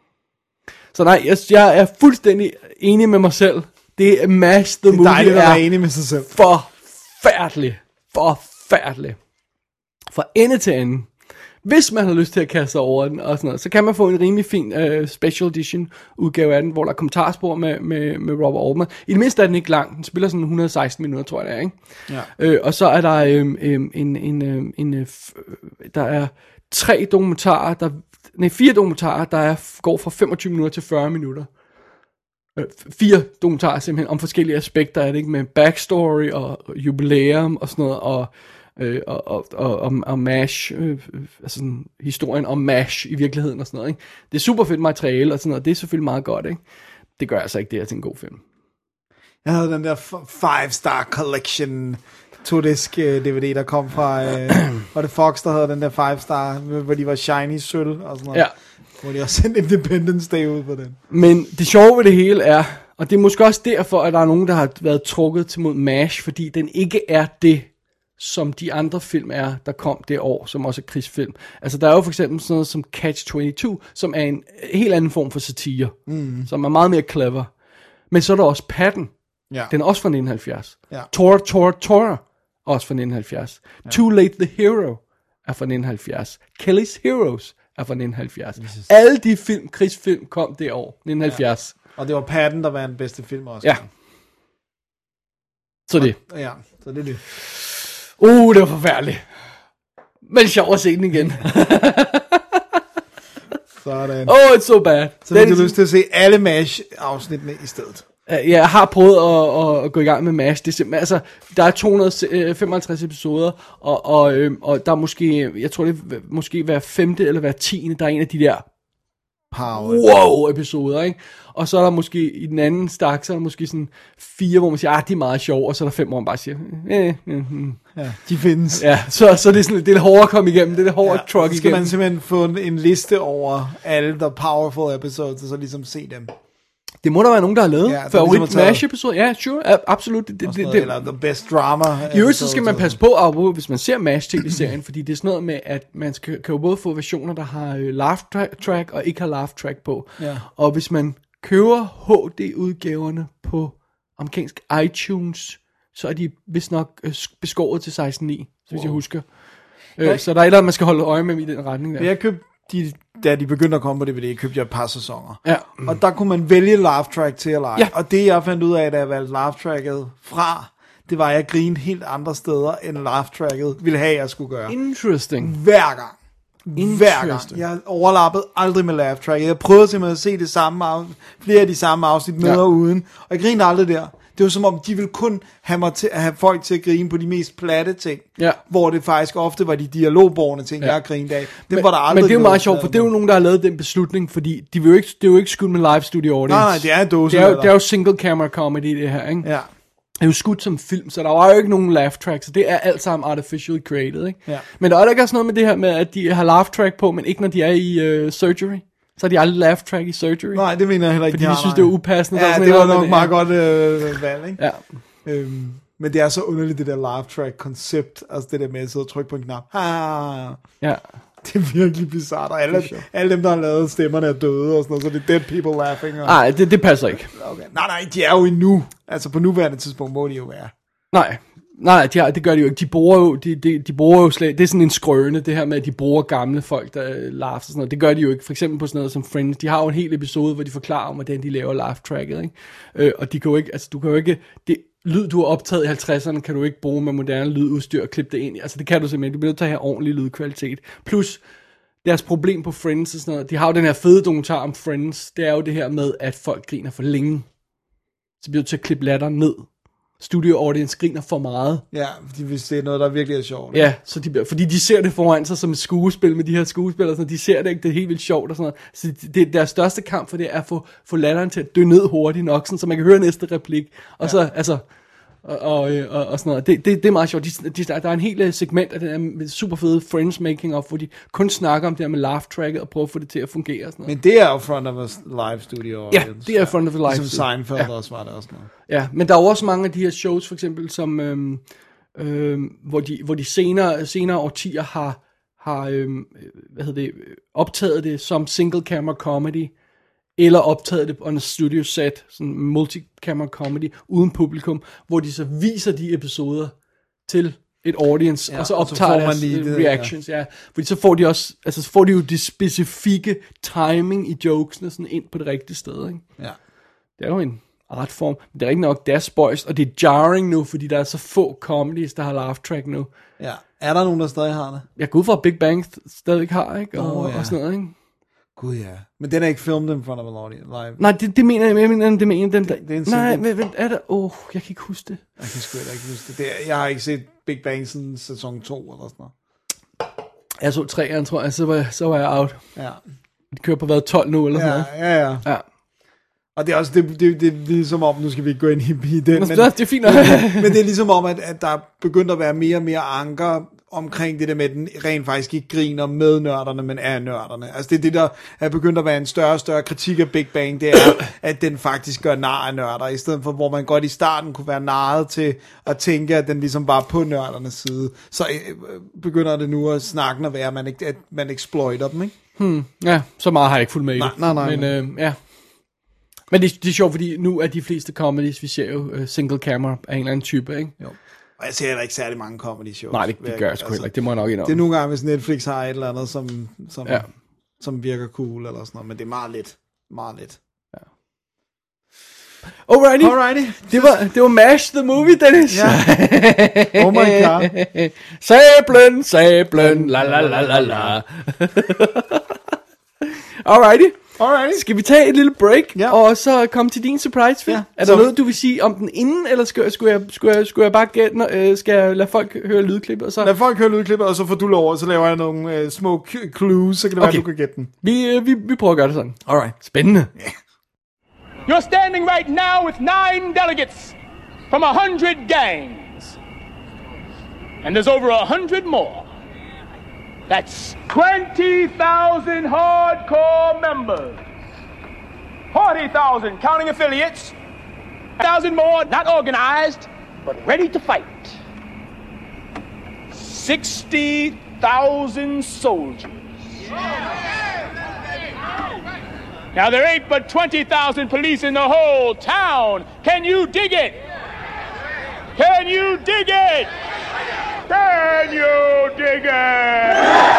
Så nej, jeg, jeg er fuldstændig enig med mig selv. Det er MASH the Movie. Det er dejligt at være enig med sig selv. Forfærdelig. Forfærdelig. Fra ende til ende. Hvis man har lyst til at kaste sig over den og sådan noget, så kan man få en rimelig fin uh, special edition udgave af den, hvor der er kommentarspor med, med, med Robert Altman. I det mindste er den ikke lang. Den spiller sådan et hundrede og seksten minutter, tror jeg det er, ikke? Ja. Øh, og så er der øhm, øhm, en, en, øhm, en øh, der er tre dokumentarer, der, nej, fire dokumentarer, der er, går fra femogtyve minutter til fyrre minutter. Øh, fire dokumentarer simpelthen om forskellige aspekter af det, ikke? Med backstory og, og jubilæum og sådan noget, og Øh, og, og, og, og, og MASH, øh, altså sådan, historien om MASH i virkeligheden og sådan noget, ikke? Det er super fedt materiale og sådan noget, det er selvfølgelig meget godt, ikke? Det gør altså ikke det her til en god film. Jeg havde den der Five Star Collection to-disk D V D, der kom fra, øh, var det Fox, der havde den der Five Star, hvor de var shiny sølv og sådan noget. Ja. Hvor de også sendte Independence Day ud på den. Men det sjove ved det hele er, og det er måske også derfor, at der er nogen, der har været trukket til mod MASH, fordi den ikke er det, som de andre film er, der kom det år, som også er krigsfilm. Altså, der er jo for eksempel sådan noget som Catch tyveogtyve, som er en helt anden form for satire, mm. som er meget mere clever. Men så er der også Patton. Ja. Den er også fra nitten halvfjerds. Ja. Tora, Tora, Tora, også fra nitten halvfjerds. Ja. Too Late the Hero er fra nitten halvfjerds. Kelly's Heroes er fra nitten halvfjerds. Jesus. Alle de film, krigsfilm kom det år, nitten halvfjerds. Ja. Og det var Patton, der var den bedste film også. Ja. Så det. Ja, så det er det. Uh, det var forfærdeligt. Men sjov at se den igen. Sådan. Oh, it's so bad. Så har du lyst til at se alle MASH-afsnittene i stedet? Jeg har prøvet at, at, at gå i gang med MASH. Det er simpelthen, altså, der er to hundrede og femoghalvtreds episoder, og, og, og der er måske, jeg tror det er måske hver femte eller hver tiende, der er en af de der wow episoder, ikke? Og så er der måske i den anden stak, så er der måske sådan fire, hvor man siger, ah, de er meget sjove, og så er der fem, hvor man bare siger, eh, eh, eh. Ja, de findes. Ja, så, så det er sådan, det er hårdere at komme igennem, det er det hårdere ja, truck igennem. Så skal man simpelthen få en, en liste over alle der powerful episodes, og så ligesom se dem. Det må der være nogen, der har lavet. Ja, Favorit ligesom MASH-episode? Ja, sure, ja, absolut. Det, det, det, eller the best drama. I øvrigt, så skal man passe på, hvis man ser MASH-tv-serien, fordi det er sådan noget med, at man skal, kan jo både få versioner, der har laugh track og ikke har laugh track på. Ja. Og hvis man køber H D-udgaverne på amerikansk iTunes, så er de vist nok beskåret til seksten ni, hvis wow. jeg husker. Ja. Så der er et eller andet, man skal holde øje med i den retning der. Jeg købte de, da de begyndte at komme på D V D, købte jeg et par sæsoner. Ja. Mm. Og der kunne man vælge laugh track til at lege. Ja. Og det jeg fandt ud af, da jeg valgte laugh tracket fra, det var, at jeg grinede helt andre steder, end laugh tracket ville have, jeg skulle gøre. Interesting. Hver gang. Hver gang. Jeg overlappede aldrig med laugh tracket. Jeg prøvede simpelthen at se det samme af, flere af de samme afsnit med ja. og uden. Og jeg grinede aldrig der. Det var som om, de ville kun have, mig til, have folk til at grine på de mest platte ting. Ja. Hvor det faktisk ofte var de dialogborne ting, ja. jeg grinede af. Det men, var der aldrig. Men det er jo meget sjovt, for det er jo nogen, der har lavet den beslutning, fordi de vil jo ikke, det er jo ikke skudt med live studio audience. Nej, nej, det er en dåse. Det er jo, det er jo single camera comedy, det her, ikke? Ja. Det er jo skudt som film, så der var jo ikke nogen laugh track, så det er alt sammen artificially created, ikke? Ja. Men der er da ikke også noget med det her med, at de har laugh track på, men ikke når de er i uh, surgery. Så har de aldrig laugh track i surgery. Nej, det mener jeg heller ikke. Fordi de, de synes, det er upassende. Ja, det var nok det, meget ja. godt øh, valg, ikke? Ja. Øhm, men det er så underligt, det der laugh track koncept. Altså det der med at sidde og trykke på en knap. Ah, ja. Det er virkelig bizarrt. Og alle, alle dem, der har lavet stemmerne er døde og sådan noget, så det er dead people laughing. Og... Nej, det, det passer ikke. Okay. Nej, nej, de er jo endnu. Altså på nuværende tidspunkt må de jo være. Nej. Nej, de har, det gør de jo ikke. De bruger jo, de, de, de bruger jo slet, det er sådan en skrøne, det her med, at de bruger gamle folk, der laugh og sådan noget. Det gør de jo ikke. For eksempel på sådan noget som Friends. De har jo en hel episode, hvor de forklarer om, hvordan de laver laugh tracket, ikke? Øh, og de kan jo ikke, altså du kan jo ikke, det, lyd, du har optaget i halvtredserne, kan du ikke bruge med moderne lydudstyr og klippe det ind i. Altså det kan du simpelthen. Du bliver nødt til at have ordentlig lydkvalitet. Plus, deres problem på Friends og sådan noget, de har jo den her fede dokumentar om Friends, det er jo det her med, at folk griner for længe. Så bliver du til at klippe latteren ned. Studio audience griner for meget. Ja, fordi hvis det er noget, der virkelig er sjovt. Ja, så de, fordi de ser det foran sig som et skuespil med de her skuespillere, så de ser det ikke, det er helt vildt sjovt og sådan noget. Så det, deres største kamp for det er at få, få latteren til at dø ned hurtigt nok, sådan, så man kan høre næste replik. Og ja. så, altså, og, og, og, og sådan noget. Det, det, det er meget sjovt. De, de, der er en hel segment af den der super fede Friends making of, hvor de kun snakker om det her med laugh tracket og prøver at få det til at fungere og sådan noget. Men det er jo front of a live studio audience. Ja, det er front of a live studio. Som Seinfeld ja. også var det også noget. Ja, men der er også mange af de her shows, for eksempel, som, øhm, øhm, hvor de, hvor de senere, senere årtier har, har øhm, hvad hedder det, optaget det som single camera comedy, eller optaget det on a studio set, sådan multi-camera comedy, uden publikum, hvor de så viser de episoder til et audience, ja, og så optager og så deres det, reactions, ja. ja. Fordi så får de også, altså så får de jo de specifikke timing i jokesene sådan ind på det rigtige sted, ikke? Ja. Det er jo en artform, men det er ikke nok, det er spøjst, og det er jarring nu, fordi der er så få comedies, der har laugh track nu. Ja. Er der nogen, der stadig har det? Jeg går ud fra, Big Bang stadig har, ikke? Og, oh, ja. og sådan noget, ikke? Gud ja. Men den er ikke filmet in front of an audience live. Nej, det, det mener jeg, jeg mener, det mener den der. Det, det er en nej, men vent, er der, åh, oh, jeg kan ikke huske det. Jeg kan sgu ikke huske det. det er, jeg har ikke set Big Bang siden sæson to eller sådan noget. Jeg så treeren, tror jeg, så var, så var jeg out. Ja. Det kører på hvad, tolv nu, eller ja, sådan noget? Ja, ja, ja. Og det er også, det, det, det er ligesom om, nu skal vi ikke gå ind i, i den, men, det er fint. men, men det er ligesom om, at, at der er begyndt at være mere og mere anker omkring det der med, at den rent faktisk ikke griner med nørderne, men er nørderne. Altså det er det, der er begyndt at være en større og større kritik af Big Bang, det er, at den faktisk gør nar af nørder, i stedet for, hvor man godt i starten kunne være narret til at tænke, at den ligesom var på nørdernes side. Så øh, begynder det nu at snakke at være, at man, at man exploiter dem, ikke? Hmm, ja, så meget har jeg ikke fulgt med i nej, nej, nej, men øh, ja. Men det, det er sjovt, fordi nu er de fleste comedies, vi ser jo uh, single camera af en eller anden type, ikke? Jo. Og jeg ser heller ikke særlig mange comedy shows. Nej, det, det gør jeg sgu heller ikke. Det må jeg nok indrømme. Det er nogle gange, hvis Netflix har et eller andet, som, som, ja. som virker cool eller sådan noget, men det er meget lidt. Meget lidt. Ja. Alrighty. Alrighty. Det var, det var MASH the movie, Dennis. Ja. Oh my god. Sablen, sablen, la la la la la. Alrighty. Alright. Skal vi tage et lille break, ja. Og så komme til din surprise film? Ja. Er der så... noget, du vil sige om den inden, eller skal, skulle, jeg, skulle, jeg, skulle jeg bare gætte, øh, skal jeg lade folk høre lydklippet? Og så... Lad folk høre lydklippet, og så får du lov, og så laver jeg nogle øh, små clues, så kan det okay. være, du kan gætte den. Vi, øh, vi, vi prøver at gøre det sådan. Alright. Spændende. Yeah. You're standing right now with nine delegates from a hundred gangs. And there's over a hundred more. That's twenty thousand hardcore members. forty thousand counting affiliates. one thousand more not organized, but ready to fight. sixty thousand soldiers. Now there ain't but twenty thousand police in the whole town. Can you dig it? Can you dig it? Can you dig it?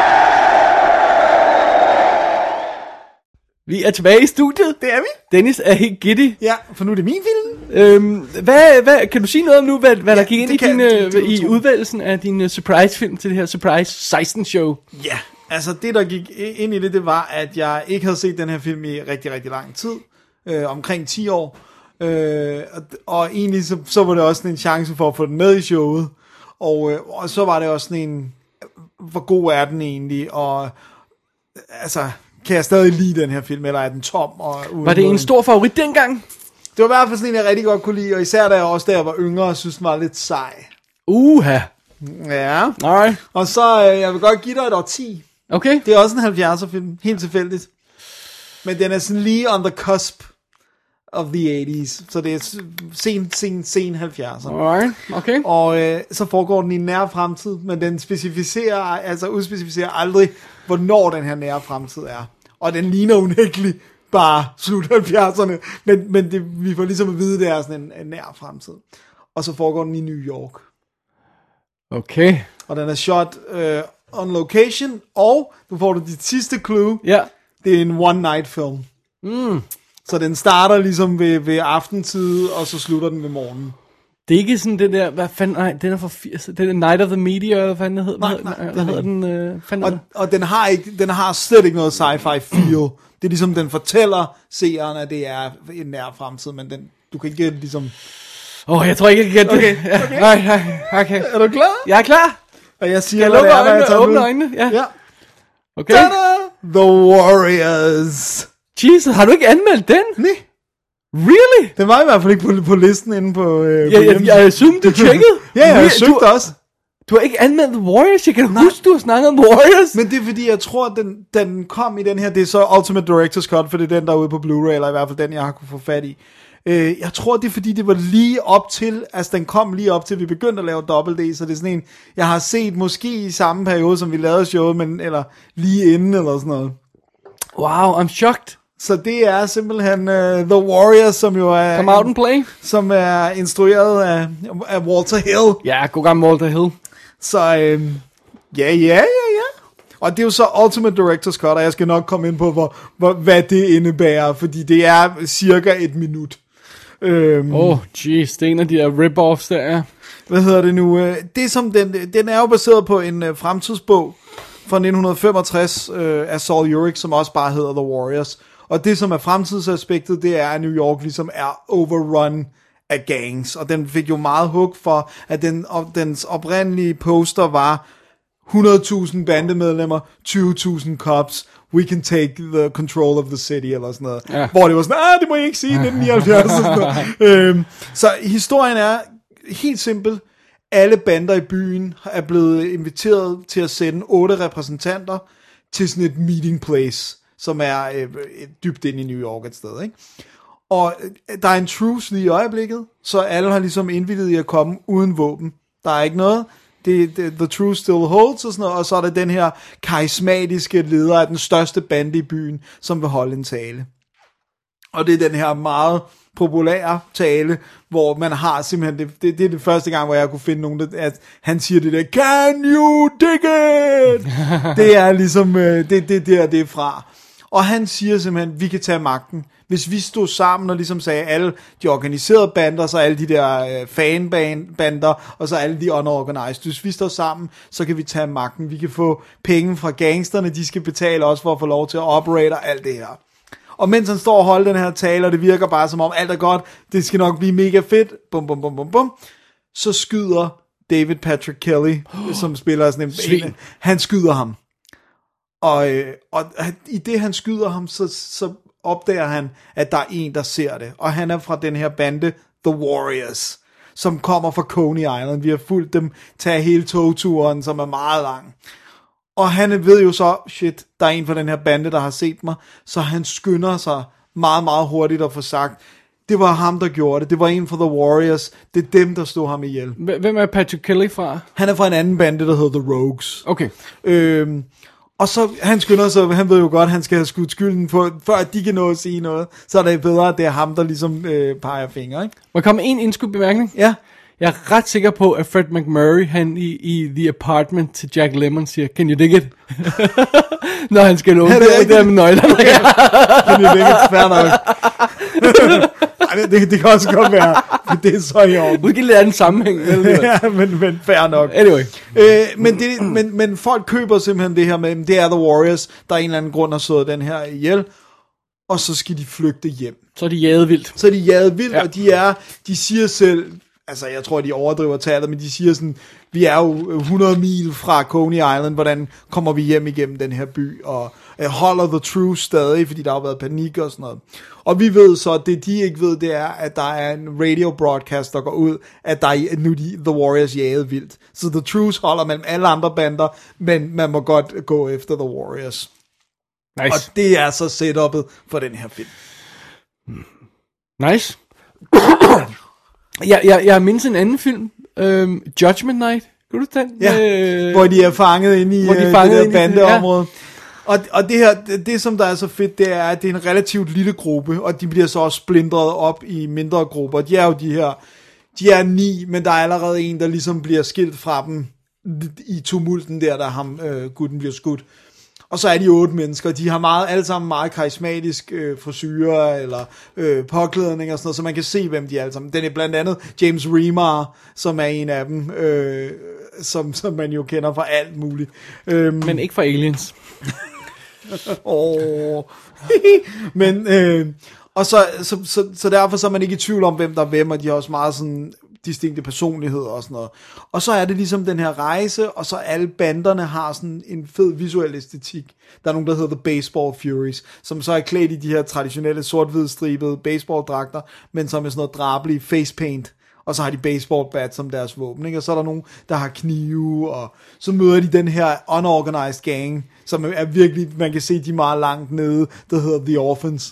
Vi er tilbage i studiet. Det er vi. Dennis er helt giddy. Ja, for nu er det min film. Øhm, hvad, hvad, kan du sige noget om nu, hvad, hvad ja, der gik ind i, din, det, det, i udvælgelsen af din uh, surprise-film til det her Surprise seksten-show? Ja, altså det, der gik ind i det, det var, at jeg ikke havde set den her film i rigtig, rigtig lang tid. Øh, omkring ti år. Øh, og, og egentlig så, så var det også en chance for at få den med i showet. Og, øh, og så var det også sådan en, hvor god er den egentlig? Og altså... Kan jeg stadig lide den her film, eller er den tom? Og var det en stor favorit dengang? Det var i hvert fald sådan en, jeg rigtig godt kunne lide, og især da jeg også der var yngre, og synes den var lidt sej. Uha. Ja. Alright. Og så, øh, jeg vil godt give dig et årti. Okay. Det er også en halvfjerdser film, helt tilfældigt. Men den er sådan lige on the cusp of the eighties, så det er sen, sen, sen halvfjerdser. Alright, okay. Og øh, så foregår den i en nær fremtid, men den specificerer, altså udspecificerer aldrig, hvornår den her nære fremtid er. Og den ligner unægtelig bare slut halvfjerdserne, men, men det, vi får ligesom at vide, det er sådan en, en nær fremtid. Og så foregår den i New York. Okay. Og den er shot øh, on location, og nu får du dit sidste clue. Ja. Det er en one night film. Mm. Så den starter ligesom ved, ved aftentid, og så slutter den ved morgenen. Det er ikke sådan det der, hvad fanden, nej, den er fra firs, det er Night of the Meteor, hvad fanden hedder, Nej, hvad, nej, hvad den hedder er den? Øh, fanden Og, og den har ikke, den har slet ikke noget sci-fi feel. Det er ligesom, den fortæller seeren, at det er en nær fremtid, men den, du kan ikke ligesom... Åh, oh, jeg tror ikke, jeg kan gætte Okay, det. okay. Nej, nej, okay. Er du klar? Jeg er klar. Og jeg siger, Jeg hvad det lukker er, når jeg øjnene tager og åbner den ud. øjnene. Ja. Ja. Okay. Ta-da! The Warriors. Jesus, har du ikke anmeldt den? Nej. Really? Den var i hvert fald ikke på, på listen inde på... Øh, Ja, på jeg, jeg, jeg assumed, du tjekkede. Ja, jeg Re- søgte du, også. Du har ikke anmeldt The Warriors? Jeg kan Nej. huske, du har snakket om Warriors. Men det er fordi, jeg tror, den, den kom i den her... Det er så Ultimate Director's Cut, for det er den, der er ude på Blu-ray, eller i hvert fald den, jeg har kunne få fat i. Øh, jeg tror, det er fordi, det var lige op til... Altså, den kom lige op til, vi begyndte at lave Double D, så det er sådan en... Jeg har set måske i samme periode, som vi lavede showet, men, eller lige inden, eller sådan noget. Wow, I'm shocked. Så det er simpelthen uh, The Warriors, som jo er... Come out and play. Som er instrueret af, af Walter Hill. Ja, god gammel Walter Hill. Så øh, ja, ja, ja, ja. Og det er jo så Ultimate Director's Cut, og jeg skal nok komme ind på, hvor, hvor, hvad det indebærer, fordi det er cirka et minut. Øhm, Åh, oh, jeez, det er en af de der rip-offs, der er. Hvad hedder det nu? Det som den, den er jo baseret på en uh, fremtidsbog fra nitten femogtres uh, af Saul Ulrich, som også bare hedder The Warriors. Og det som er fremtidsaspektet, det er, at New York ligesom er overrun af gangs. Og den fik jo meget hug for, at den, og, dens oprindelige poster var hundrede tusind bandemedlemmer, tyve tusind cops, we can take the control of the city, eller sådan noget. Ja. Hvor det var sådan, ah, det må jeg ikke sige, nitten nioghalvfjerds, og sådan noget. øhm, så historien er helt simpel. Alle bander i byen er blevet inviteret til at sende otte repræsentanter til sådan et meeting place, som er øh, dybt inde i New York et sted, ikke? Og øh, der er en truce lige i øjeblikket, så alle har ligesom indvilliget i at komme uden våben. Der er ikke noget. Det, det, the truce still holds og sådan noget, og så er der den her karismatiske leder af den største bande i byen, som vil holde en tale. Og det er den her meget populære tale, hvor man har simpelthen, det, det, det er det første gang, hvor jeg kunne finde nogen, der, at han siger det der, can you dig it? Det er ligesom, det, det der, det er fra. Og han siger simpelthen, vi kan tage magten. Hvis vi stod sammen og ligesom sagde, alle de organiserede bander, så alle de der øh, fanbander, og så alle de unorganized. Hvis vi står sammen, så kan vi tage magten. Vi kan få penge fra gangsterne, de skal betale os for at få lov til at operate og alt det her. Og mens han står og holder den her tale, og det virker bare som om alt er godt, det skal nok blive mega fedt, bum bum bum bum bum, så skyder David Patrick Kelly, som spiller sådan en, en han skyder ham. Og, øh, og i det han skyder ham, så, så opdager han, at der er en, der ser det. Og han er fra den her bande, The Warriors, som kommer fra Coney Island. Vi har fulgt dem tage hele togturen, som er meget lang. Og han ved jo så, shit, der er en fra den her bande, der har set mig. Så han skynder sig meget, meget hurtigt at få sagt, det var ham, der gjorde det. Det var en fra The Warriors. Det er dem, der stod ham ihjel. Hvem er Patrick Kelly fra? Han er fra en anden bande, der hedder The Rogues. Okay. Øhm, og så, han skynder sig, han ved jo godt, han skal have skudt skylden på, før at de kan nå at sige noget. Så er det bedre, at det er ham, der ligesom øh, peger fingre, ikke? Må jeg komme med en indskudt bemærkning? Ja. Jeg er ret sikker på, at Fred McMurray, han i, i The Apartment til Jack Lemmon siger, can you dig it? Når han skal låne, ja, det er ikke der med nøglerne. Okay. Can you dig it? Fair nok. Ej, det, det kan også godt være, for det er så i orden. Måske lidt anden sammenhæng. Ja, men, men fair nok. Anyway. Øh, men, det, men, men folk køber simpelthen det her med, det er The Warriors, der er en eller anden grund har slået den her ihjel, og så skal de flygte hjem. Så er de jaget vildt. Så er de jaget vildt, ja. Og de er, de siger selv, altså jeg tror, de overdriver tallet, men de siger sådan, vi er jo hundrede mil fra Coney Island, hvordan kommer vi hjem igennem den her by, og uh, holder the truth stadig, fordi der har været panik og sådan noget. Og vi ved så, at det de ikke ved, det er, at der er en radio broadcast, der går ud, at der er nu de, The Warriors jaget vildt. Så the truth holder mellem alle andre bander, men man må godt gå efter The Warriors. Nice. Og det er så setup'et for den her film. Nice. Jeg, jeg, jeg mindes en anden film, øhm, Judgment Night. Kan du den? Ja, øh, hvor de er fanget inde i hvor de er uh, fanget det der bandeområde. Ja. Og, og det her, det, det som der er så fedt, det er, at det er en relativt lille gruppe, og de bliver så også splintret op i mindre grupper. De er jo de her, de er ni, men der er allerede en, der ligesom bliver skilt fra dem i tumulten der, der ham, øh, gutten bliver skudt. Og så er de otte mennesker, de har meget, alle sammen meget karismatisk øh, frisyrer, eller øh, påklædning og sådan noget, så man kan se, hvem de er alle sammen. Den er blandt andet James Remar, som er en af dem, øh, som, som man jo kender fra alt muligt. Øhm, Men ikke fra Aliens. oh. Men, øh, og så, så, så, så derfor så er man ikke i tvivl om, hvem der er hvem, og de har også meget sådan distinkte personligheder og sådan noget. Og så er det ligesom den her rejse, og så alle banderne har sådan en fed visuel æstetik. Der er nogen, der hedder The Baseball Furies, som så er klædt i de her traditionelle sort-hvid stribede baseballdragter, men som er sådan noget drabelige face paint. Og så har de baseball bat som deres våben, ikke? Og så er der nogen, der har knive, og så møder de den her unorganized gang, som er virkelig, man kan se, de er meget langt nede, der hedder The Orphans.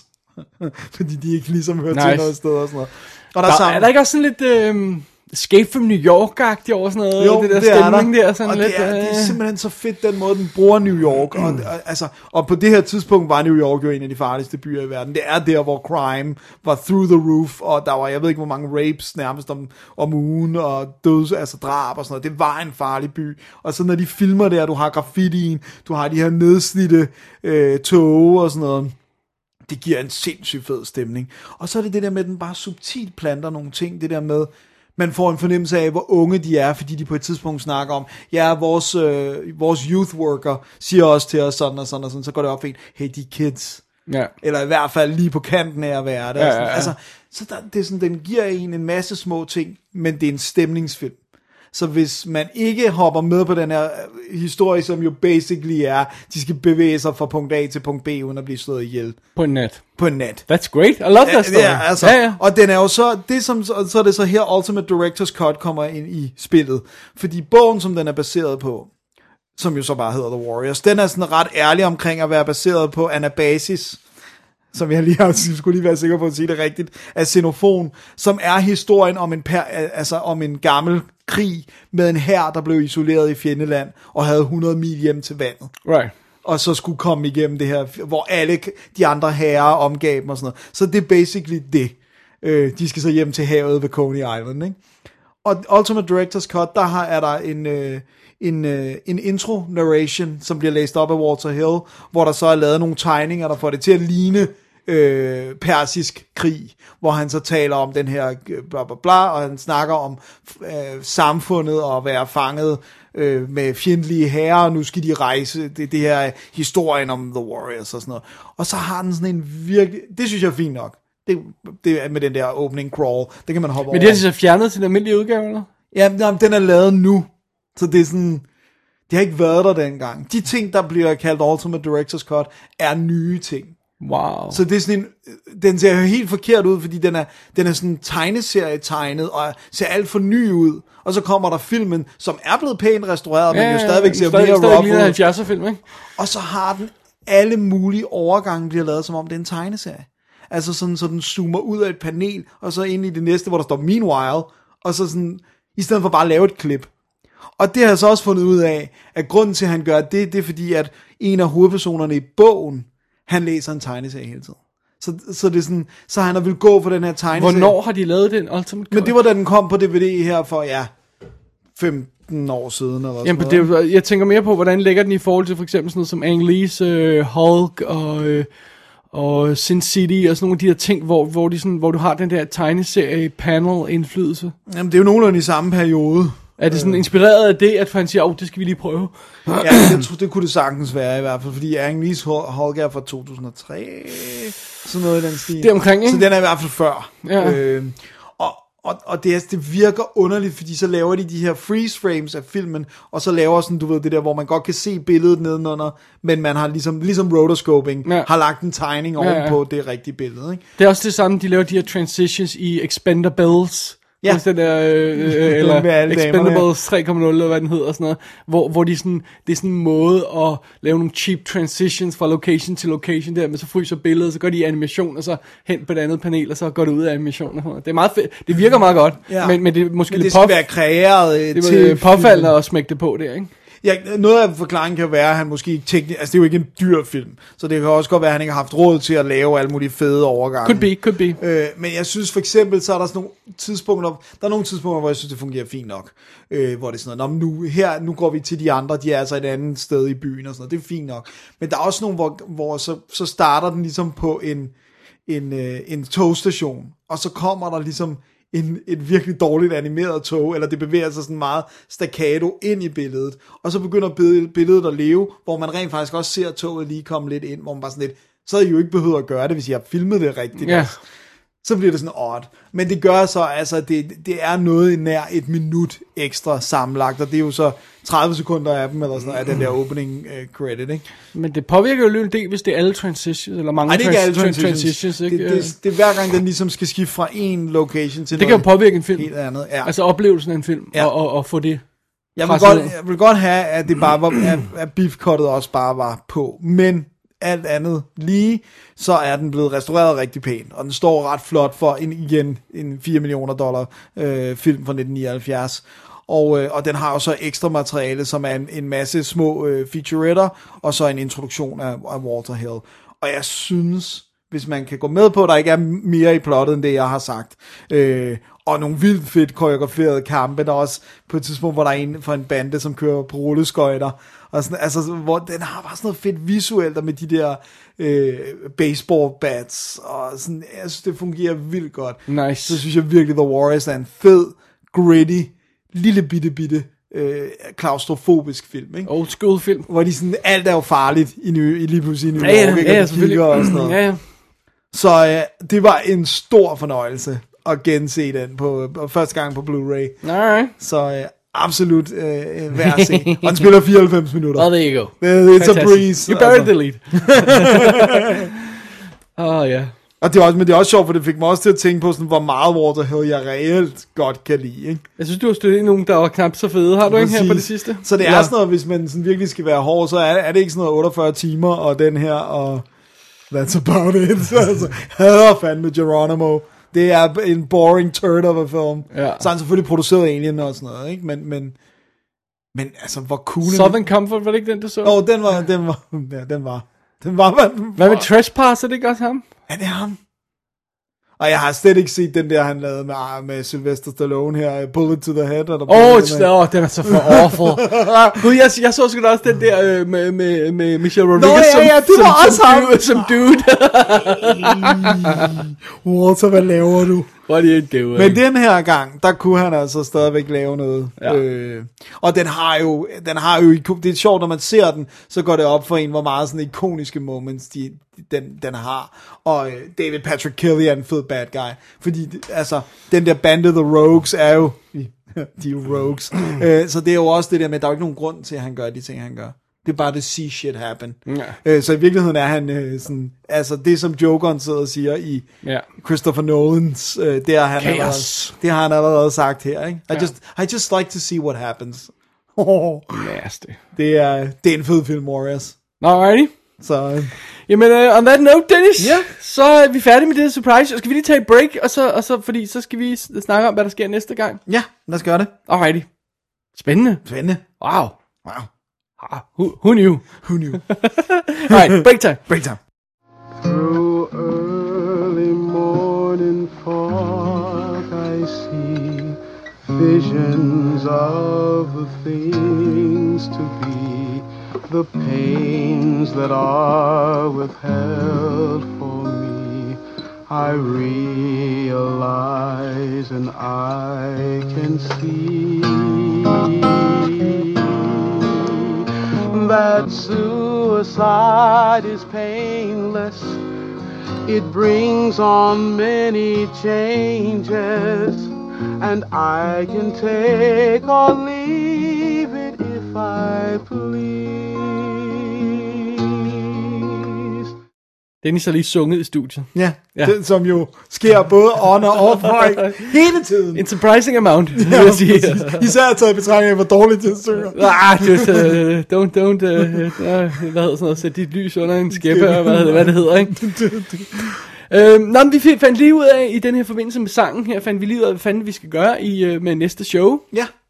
Fordi de ikke ligesom hører nice. Til noget sted og sådan noget. Og der, der er, sammen... er der ikke også sådan lidt øh, Escape from New York-agtigt over sådan noget? Jo, det der det stemning er der. Der, sådan og lidt, det, er, øh... det er simpelthen så fedt, den måde, den bruger New York. Og, og, altså, og på det her tidspunkt var New York jo en af de farligste byer i verden. Det er der, hvor crime var through the roof, og der var, jeg ved ikke, hvor mange rapes nærmest om, om ugen, og døds, altså drab og sådan noget. Det var en farlig by. Og så når de filmer der, du har graffitien, du har de her nedslidte øh, tog og sådan noget. Det giver en sindssygt fed stemning. Og så er det det der med, at den bare subtilt planter nogle ting. Det der med, man får en fornemmelse af, hvor unge de er, fordi de på et tidspunkt snakker om, ja, vores, øh, vores youth worker siger også til os sådan og sådan og sådan, så går det op for en, hey, de kids. Ja. Eller i hvert fald lige på kanten af at være det. Ja, ja, ja. Altså, så der, det er sådan, den giver en en masse små ting, men det er en stemningsfilm. Så hvis man ikke hopper med på den her historie, som jo basically er, de skal bevæge sig fra punkt A til punkt B, uden at blive slået ihjel. På en nat. På en nat. That's great. I love that story. Ja, altså, ja, ja. Og den er jo så, det som, så er det så her Ultimate Director's Cut kommer ind i spillet. Fordi bogen, som den er baseret på, som jo så bare hedder The Warriors, den er sådan ret ærlig omkring at være baseret på Anabasis, som jeg lige har, skulle lige være sikker på at sige det rigtigt, af Xenofon, som er historien om en, per, altså om en gammel krig med en hær, der blev isoleret i fjendeland og havde hundrede mil hjem til vandet. Right. Og så skulle komme igennem det her, hvor alle de andre herrer omgav dem og sådan noget. Så det er basically det. Øh, de skal så hjem til havet ved Coney Island, ikke? Og Ultimate Director's Cut, der har, er der en, øh, en, øh, en intro narration, som bliver læst op af Walter Hill, hvor der så er lavet nogle tegninger, der får det til at ligne Øh, persisk krig, hvor han så taler om den her bla bla bla, og han snakker om øh, samfundet og at være fanget øh, med fjendtlige herrer, og nu skal de rejse, det, det her historien om The Warriors og sådan noget. Og så har den sådan en virkelig, det synes jeg er fint nok, det, det er med den der opening crawl, det kan man hoppe over. Men det er de så fjernet til den almindelige udgave, eller? Ja, jamen, den er lavet nu, så det er sådan, det har ikke været der dengang. De ting, der bliver kaldt Ultimate Director's Cut, er nye ting. Wow. Så det er sådan en, den ser jo helt forkert ud, fordi den er, den er sådan tegneserie tegnet, og ser alt for ny ud. Og så kommer der filmen, som er blevet pænt restaureret, ja, men jo stadigvæk ser stadig, mere stadig rough ud. halvfjerdser film, ikke? Og så har den alle mulige overgange bliver lavet, som om det er en tegneserie. Altså sådan, så den zoomer ud af et panel, og så ind i det næste, hvor der står Meanwhile, og så sådan, i stedet for bare at lave et klip. Og det har jeg så også fundet ud af, at grunden til, at han gør det, det er fordi, at en af hovedpersonerne i bogen, han læser en tegneserie hele tiden. Så, så det er sådan, så han vil gå for den her tegneserie. Hvornår har de lavet den Ultimate Cut? Men det var da den kom på D V D her for, ja, femten år siden eller Jamen, sådan noget. det, jeg tænker mere på, hvordan ligger den i forhold til for eksempel sådan noget som Ang Lees uh, Hulk og, uh, og Sin City og sådan nogle af de her ting, hvor, hvor, de sådan, hvor du har den der tegneserie panel indflydelse. Jamen, det er jo nogenlunde i samme periode. Er det sådan inspireret af det, at han siger, åh, oh, det skal vi lige prøve? Ja, jeg tror, det kunne det sagtens være i hvert fald, fordi Ang Lees Hulk er fra to tusind og tre, sådan noget i den stil. Det er omkring, ikke? Så den er i hvert fald før. Ja. Øh, og og, og det, det virker underligt, fordi så laver de de her freeze frames af filmen, og så laver sådan, du ved, det der, hvor man godt kan se billedet nedenunder, men man har ligesom, ligesom rotoscoping, ja. har lagt en tegning ovenpå ja, ja. det rigtige billede, ikke? Det er også det samme, de laver de her transitions i Expendables. Ja. Den der, øh, eller Expendables tre komma nul, eller hvad den hedder, og sådan noget, hvor, hvor de sådan, det er sådan en måde at lave nogle cheap transitions fra location til location der, men så fryser billedet, så går de i animation, og så hen på det andet panel, og så går det ud af animation. Det er meget fedt. Det virker meget godt, ja. men, men det er måske men det lidt skal påf- være kreeret det er påfaldende at smække det på der, ikke? Ja, noget af forklaringen kan være, at han måske ikke teknisk... Altså, det er jo ikke en dyr film, så det kan også godt være, at han ikke har haft råd til at lave alle mulige fede overgange. Could be, could be. Øh, men jeg synes for eksempel, så er der sådan nogle tidspunkter... Der er nogle tidspunkter, hvor jeg synes, det fungerer fint nok. Øh, hvor det er sådan noget, nu, her, nu går vi til de andre, de er altså et andet sted i byen og sådan noget. Det er fint nok. Men der er også nogle, hvor, hvor så, så starter den ligesom på en, en, øh, en togstation, og så kommer der ligesom... En, et virkelig dårligt animeret tog, eller det bevæger sig sådan meget staccato ind i billedet, og så begynder billedet, billedet at leve, hvor man rent faktisk også ser toget lige komme lidt ind, hvor man bare sådan lidt, så havde I jo ikke behøvet at gøre det, hvis I har filmet det rigtigt. Ja. Så bliver det sådan odd. Men det gør så, altså, det, det er noget i nær et minut ekstra sammenlagt, og det er jo så tredive sekunder af dem, eller sådan noget, af den der opening uh, credit, ikke? Men det påvirker jo en del, hvis det er alle transitions, eller mange Ej, det er trans- ikke alle transitions. transitions. ikke? Det, det, det er hver gang, den ligesom skal skifte fra en location til det noget kan jo påvirke en film. helt andet. Ja. Altså oplevelsen af en film, Ja. og, og, og få det. Jeg vil, godt, jeg vil godt have, at det bare var, at, at beefcuttet også bare var på, men alt andet lige, så er den blevet restaureret rigtig pænt, og den står ret flot for en, igen en fire millioner dollar øh, film fra nitten nioghalvfjerds, og, øh, og den har jo så ekstra materiale, som er en, en masse små øh, featuretter, og så en introduktion af, af Walter Hill, og jeg synes, hvis man kan gå med på, at der ikke er mere i plottet, end det jeg har sagt, øh, og nogle vildt fedt koreograferede kampe, der også på et tidspunkt, hvor der er en fra en bande, som kører på rulleskøjter, og sådan, altså, hvor den har bare sådan noget fedt visuelt, og med de der øh, baseball bats, og sådan, jeg synes, det fungerer vildt godt. Nice. Så synes jeg virkelig, The Warriors er en fed, gritty, lille bitte bitte, øh, klaustrofobisk film, ikke? Old school film. Hvor de sådan, alt er jo farligt i, New, i lige pludselig i New Ja, ja, York, ikke? ja, Og de selvfølgelig. kigger og sådan noget. Ja, ja. Så øh, det var en stor fornøjelse at gense den på, på første gang på Blu-ray. Alright. Så øh, absolut øh, værd at se. Og den spiller fireoghalvfems minutter. Well, there you go. Uh, it's Fantastic. a breeze. You buried altså. the lead. Åh, oh, ja. Og det er også, men det er også sjovt, for det fik mig også til at tænke på, sådan, hvor meget Walter Hill jeg reelt godt kan lide. Ikke? Jeg synes, du har støttet ind nogen, der var knap så fede. Har du ikke her på det sidste? Så det er ja. sådan noget, hvis man sådan virkelig skal være hård, så er, er det ikke sådan noget otteogfyrre timer, og den her, og that's about it. Så altså, hader fandme Geronimo. Det er en boring turd of a film. Ja. Så har han selvfølgelig produceret Alien og sådan noget, ikke? Men, men, men altså, hvor cool. Southern Comfort, var det ikke den, du så? Åh, oh, den var, den var, ja, den var, den var, hvad den Hvad med Trespass, er det ikke også ham? Er det ham? Og jeg har slet ikke set den der, han lavede med, med Sylvester Stallone her, Bullet to the Head. Åh, oh, oh, den er så for awful. Gud, jeg, jeg så sgu da også den der øh, med, med, med Michelle Rodriguez. Nå, ja, ja, det som, var som, også som ham. Dude, som dude. Walter, hvad laver du? Hvor er det ikke det, Men den her gang, der kunne han altså stadigvæk lave noget. Ja. Øh, og den har jo, den har jo, det er sjovt, når man ser den, så går det op for en, hvor meget sådan ikoniske moments, de, den, den har. Og øh, David Patrick Kelly er en fed bad guy. Fordi, altså, den der bande, The Rogues, er jo, de er rogues. øh, så det er jo også det der med, at der er jo ikke nogen grund til, at han gør de ting, han gør. Det er bare det see shit happen. Ja. Øh, så i virkeligheden er han øh, sådan, altså det som Jokeren sidder og siger i Ja. Christopher Nolans, øh, det, har han Chaos. allerede, det har han allerede sagt her, ikke? I, Ja. just, I just like to see what happens. Oh, Nasty. det, er, det er en fed film, Warriors. Alrighty. Så, øh, Jamen, uh, on that note, Dennis, Ja. så er vi færdige med det her surprise. Skal vi lige tage et break, og så, og så, fordi så skal vi s- snakke om, hvad der sker næste gang. ja, lad os gøre det. Alrighty. Spændende. Spændende. Wow. Wow. Ah, who, who knew? Who knew? Alright, break time. Break time. Through early morning fog I see visions of the things to be, the pains that are withheld for me. I realize and I can see that suicide is painless. It brings on many changes, and I can take or leave it if I please. Dennis har lige sunget i studiet. Ja, Ja. den som jo sker både on og off mic hele tiden. En surprising amount, vil Ja, jeg sige. præcis. Især taget i betragtning af, hvor dårligt det synger. Ah, just, uh, don't, don't, uh, uh, hvad hedder sådan noget, sæt dit lys under en skæppe, hvad, hvad, hvad det hedder, ikke? øhm, nå, men vi f- fandt lige ud af, i den her forbindelse med sangen her, fandt vi lige ud af, hvad fanden vi skal gøre i, uh, med næste show. Ja.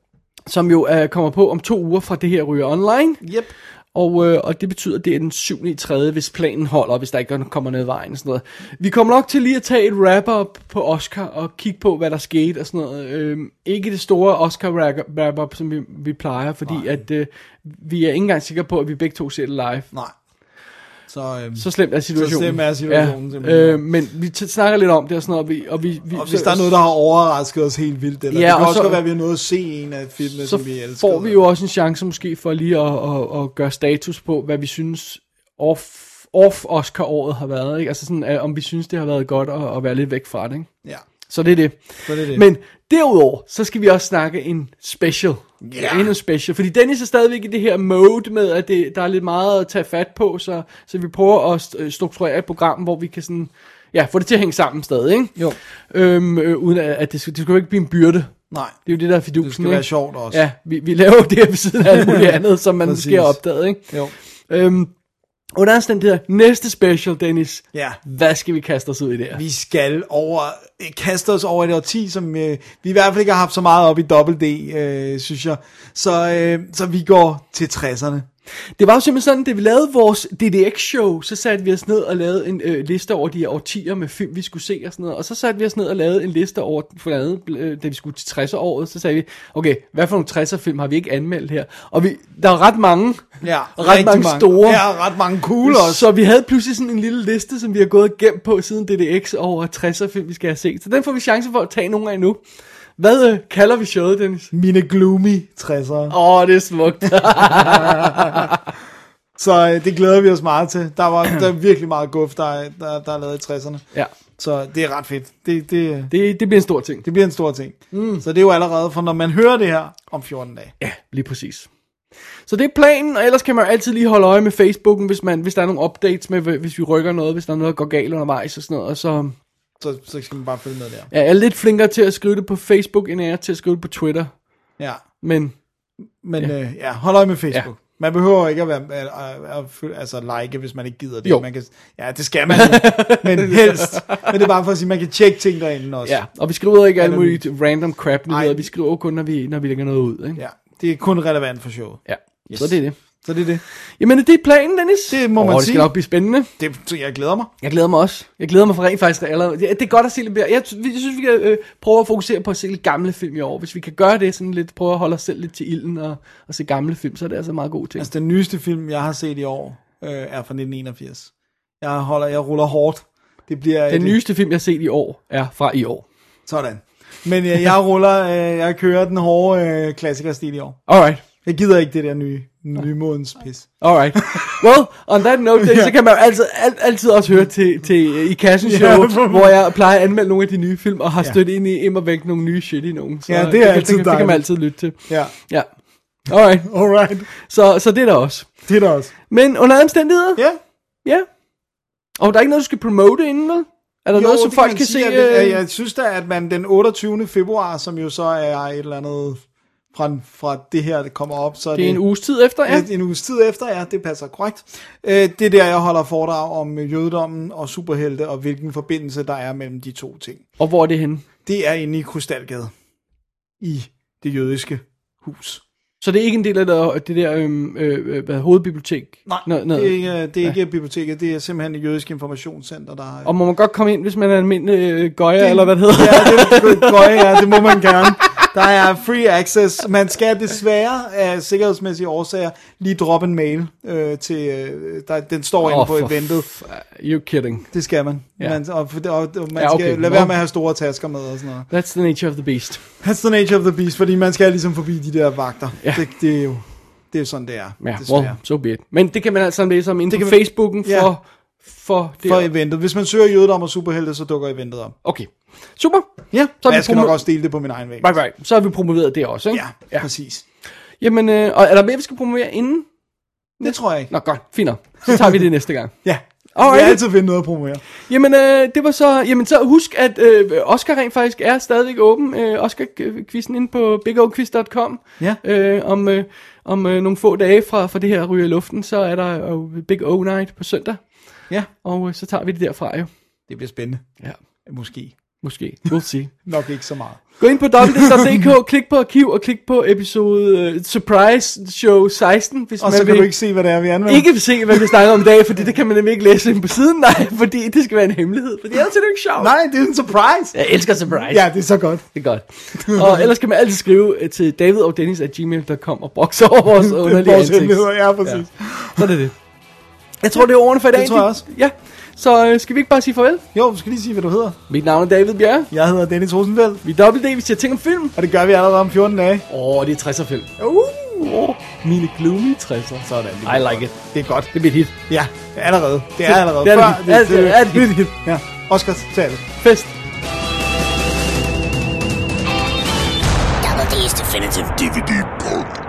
som jo uh, kommer på om to uger fra det her ryger online. Yep. Og, øh, og det betyder, at det er den syvende i tredje, hvis planen holder, hvis der ikke kommer noget i vejen og sådan noget. Vi kommer nok til lige at tage et wrap-up på Oscar og kigge på, hvad der skete og sådan noget. Øh, ikke det store Oscar wrap-up, som vi, vi plejer, fordi Nej. at øh, vi er ikke engang sikre på, at vi begge to ser det live. Nej. Så, øhm, så slemt er situationen. Så slemt er situationen. Ja, øh, men vi t- snakker lidt om det og sådan noget. Og, vi, og, vi, vi, og hvis der er noget, der har overrasket os helt vildt, eller ja, det kan også godt være, at vi har noget at se en af filmene, som vi elsker. Så får vi jo også en chance måske for lige at, at, at gøre status på, hvad vi synes off, off Oscar-året har været. Ikke? Altså sådan, om vi synes, det har været godt at, at være lidt væk fra det. Ikke? Ja. Så det er det. Så det er det. Men derudover, så skal vi også snakke en special. Ja. Endnu special. Fordi Dennis er stadigvæk i det her mode med, at det, der er lidt meget at tage fat på, så, så vi prøver at strukturere et program, hvor vi kan sådan, ja, få det til at hænge sammen stadig, ikke? Jo. Øhm, øh, uden at, at det, skal, det skal jo ikke blive en byrde. Nej. Det er jo det, der er fidusen, det skal ikke? være sjovt også. Ja, vi, vi laver jo det her ved siden af alt muligt andet, som man måske har opdaget, ikke? Jo. Øhm, Under omstændigheder, næste special, Dennis. Ja. Hvad skal vi kaste os ud i der? Vi skal over, kaste os over et årti, som øh, vi i hvert fald ikke har haft så meget op i dobbelt D, øh, synes jeg. Så, øh, så vi går til tresserne. Det var jo simpelthen sådan, da vi lavede vores D D X-show, så satte vi os ned og lavede en øh, liste over de her årtier med film, vi skulle se og sådan noget. Og så satte vi os ned og lavede en liste over, for andet, øh, da vi skulle til tresser-året, så sagde vi, okay, hvad for nogle tresser-film har vi ikke anmeldt her? Og vi, der er ret mange, ja, ret mange, mange store. Ja, ret mange cool også. Så vi havde pludselig sådan en lille liste, som vi har gået igennem på siden D D X over tresser-film, vi skal have set. Så den får vi chance for at tage nogle af nu. Hvad øh, kalder vi showet, Dennis? Mine gloomy tressere. Åh, oh, det er smukt. Så øh, det glæder vi os meget til. Der var der er virkelig meget guf, der, der, der er lavet i tresserne. Ja. Så det er ret fedt. Det, det, det, det bliver en stor ting. Det bliver en stor ting. Mm. Så det er jo allerede, for når man hører det her om fjorten dage. Ja, lige præcis. Så det er planen, og ellers kan man jo altid lige holde øje med Facebooken, hvis, man, hvis der er nogle updates med, hvis vi rykker noget, hvis der er noget, der går galt undervejs og sådan noget, og så... Så, så skal man bare følge med der. Ja, jeg er lidt flinkere til at skrive det på Facebook, end jeg er til at skrive det på Twitter. Ja. Men... Men ja, øh, ja hold øje med Facebook. Ja. Man behøver ikke at være at, at, at, at, altså like, hvis man ikke gider det. Jo. Man kan, ja, det skal man men helst. Men det er bare for at sige, at man kan tjekke ting derinde også. Ja, og vi skriver ikke alt muligt random crap, vi skriver kun, når vi, når vi lægger noget ud. Ikke? Ja, det er kun relevant for showet. Ja, yes. Så det er det. Så det er det. Jamen, det er planen, Dennis. Det må oh, man det sige. Det skal nok blive spændende. Det, jeg glæder mig. Jeg glæder mig også. Jeg glæder mig for rent faktisk. Eller, det, det er godt at se lidt mere. Jeg, jeg synes, vi kan øh, prøve at fokusere på at se lidt gamle film i år. Hvis vi kan gøre det, sådan lidt, prøve at holde os selv lidt til ilden og, og se gamle film, så er det altså meget god ting. Altså, den nyeste film, jeg har set i år, øh, er fra nitten enogfirs. Jeg holder, jeg ruller hårdt. Det bliver den et, nyeste film, jeg har set i år, er fra i år. Sådan. Men øh, jeg ruller, øh, jeg kører den hårde øh, klassikerstil i år. Alright. Jeg gider ikke det der nye, nye modens pis. Alright. Well, on that note, yeah. så kan man jo altid, alt, altid også høre til, til i Kassen Show, yeah. hvor jeg plejer at anmelde nogle af de nye film, og har stødt yeah. ind i immer væk nogle nye shit i nogen. Så ja, det er det, altid det, det, det kan man altid lytte til. Ja. Ja. Alright. Alright. Så, så det er der også. Det er der også. Men under omstændigheder? Ja. Ja. Og der er ikke noget, du skal promote inden, vel? Er der jo, noget, som folk kan, kan sige, se? At, øh... Jeg synes da, at man den otteogtyvende februar, som jo så er et eller andet... Fra, fra det her, det kommer op. Så det er det, en uges tid efter, ja. En, en uges tid efter, ja, det passer korrekt. Øh, det er der, jeg holder foredrag om jødedommen og superhelte, og hvilken forbindelse der er mellem de to ting. Og hvor er det henne? Det er inde i Krystalgade. I det jødiske hus. Så det er ikke en del af det, det der øhm, øh, hvad, hovedbibliotek? Nej, Nå, det er ikke, det er ikke ja. biblioteket, det er simpelthen et jødisk informationscenter, der har... Og må man godt komme ind, hvis man er almindelig øh, gøjer, eller hvad det hedder? Ja, det er gøjer, ja, det må man gerne. Der er free access. Man skal desværre af sikkerhedsmæssige årsager lige droppe en mail øh, til... Øh, der, den står oh, inde på eventet. F- you're kidding. Det skal man. Yeah. man og, og, og man ja, okay. skal lade være med at have store tasker med og sådan noget. That's the nature of the beast. That's the nature of the beast, fordi man skal ligesom forbi de der vagter. Yeah. Det, det er jo det er sådan, det er. Ja, well, so be it. Men det kan man altså læse om inde på Facebooken for... Yeah. For, det for eventet. Hvis man søger jødedom og superhelte, så dukker eventet op. Okay. Super. Ja, så jeg skal promo- nok også dele det på min egen væg. Right, right. Så har vi promoveret det også, ikke? Ja, ja. Præcis. Jamen, øh, og er der mere, vi skal promovere inden? Det tror jeg ikke. Nå, godt. Fint nok. Så tager vi det næste gang. Ja. Alright. Vi har altid finde noget at promovere. Jamen, øh, det var så... Jamen, så husk, at øh, Oscar rent faktisk er stadigvæk åben. Øh, Oscar-quizzen inde på big o quiz dot com. Ja. Øh, om øh, om øh, nogle få dage fra, fra det her ryger i luften, så er der jo Big O Night på søndag. Ja. Og øh, så tager vi det derfra jo. Det bliver spændende. Ja. Måske. Måske. We'll see. Nok ikke så meget. Gå ind på w w w punktum d k, klik på arkiv og klik på episode uh, Surprise Show seksten. Hvis og man så kan vil du ikke se, hvad det er, vi anvender. Ikke se, hvad vi snakker om i dag, fordi det kan man nemlig ikke læse ind på siden. Nej, fordi det skal være en hemmelighed. Fordi ellers er det ikke sjovt. Nej, det er en surprise. Jeg elsker surprise. Ja, det er så godt. Det er godt. Og ellers kan man altid skrive til david og dennis at gmail punktum com og bokse over vores underlige Vores hemmeligheder, ja, præcis. Ja. Så er det det. Jeg tror, det er ordene for i dag. Det tror jeg også. Ja. Så øh, skal vi ikke bare sige farvel? Jo, du skal lige sige, hvad du hedder. Mit navn er David Bjerre. Jeg hedder Dennis Rosenfeldt. Vi er dobbelt D, vi siger ting om film. Og det gør vi allerede om fjorten dage. Åh, oh, det er tresser film. Uh, oh, mine gloomy tresser. Sådan. I like it. Det er godt. Det bliver et hit. Ja, allerede. Det er allerede. Det er Før, det, det, det, det er et hit. hit. Ja, Oscars til alle. Fest. Double D's Definitive D V D Podcast.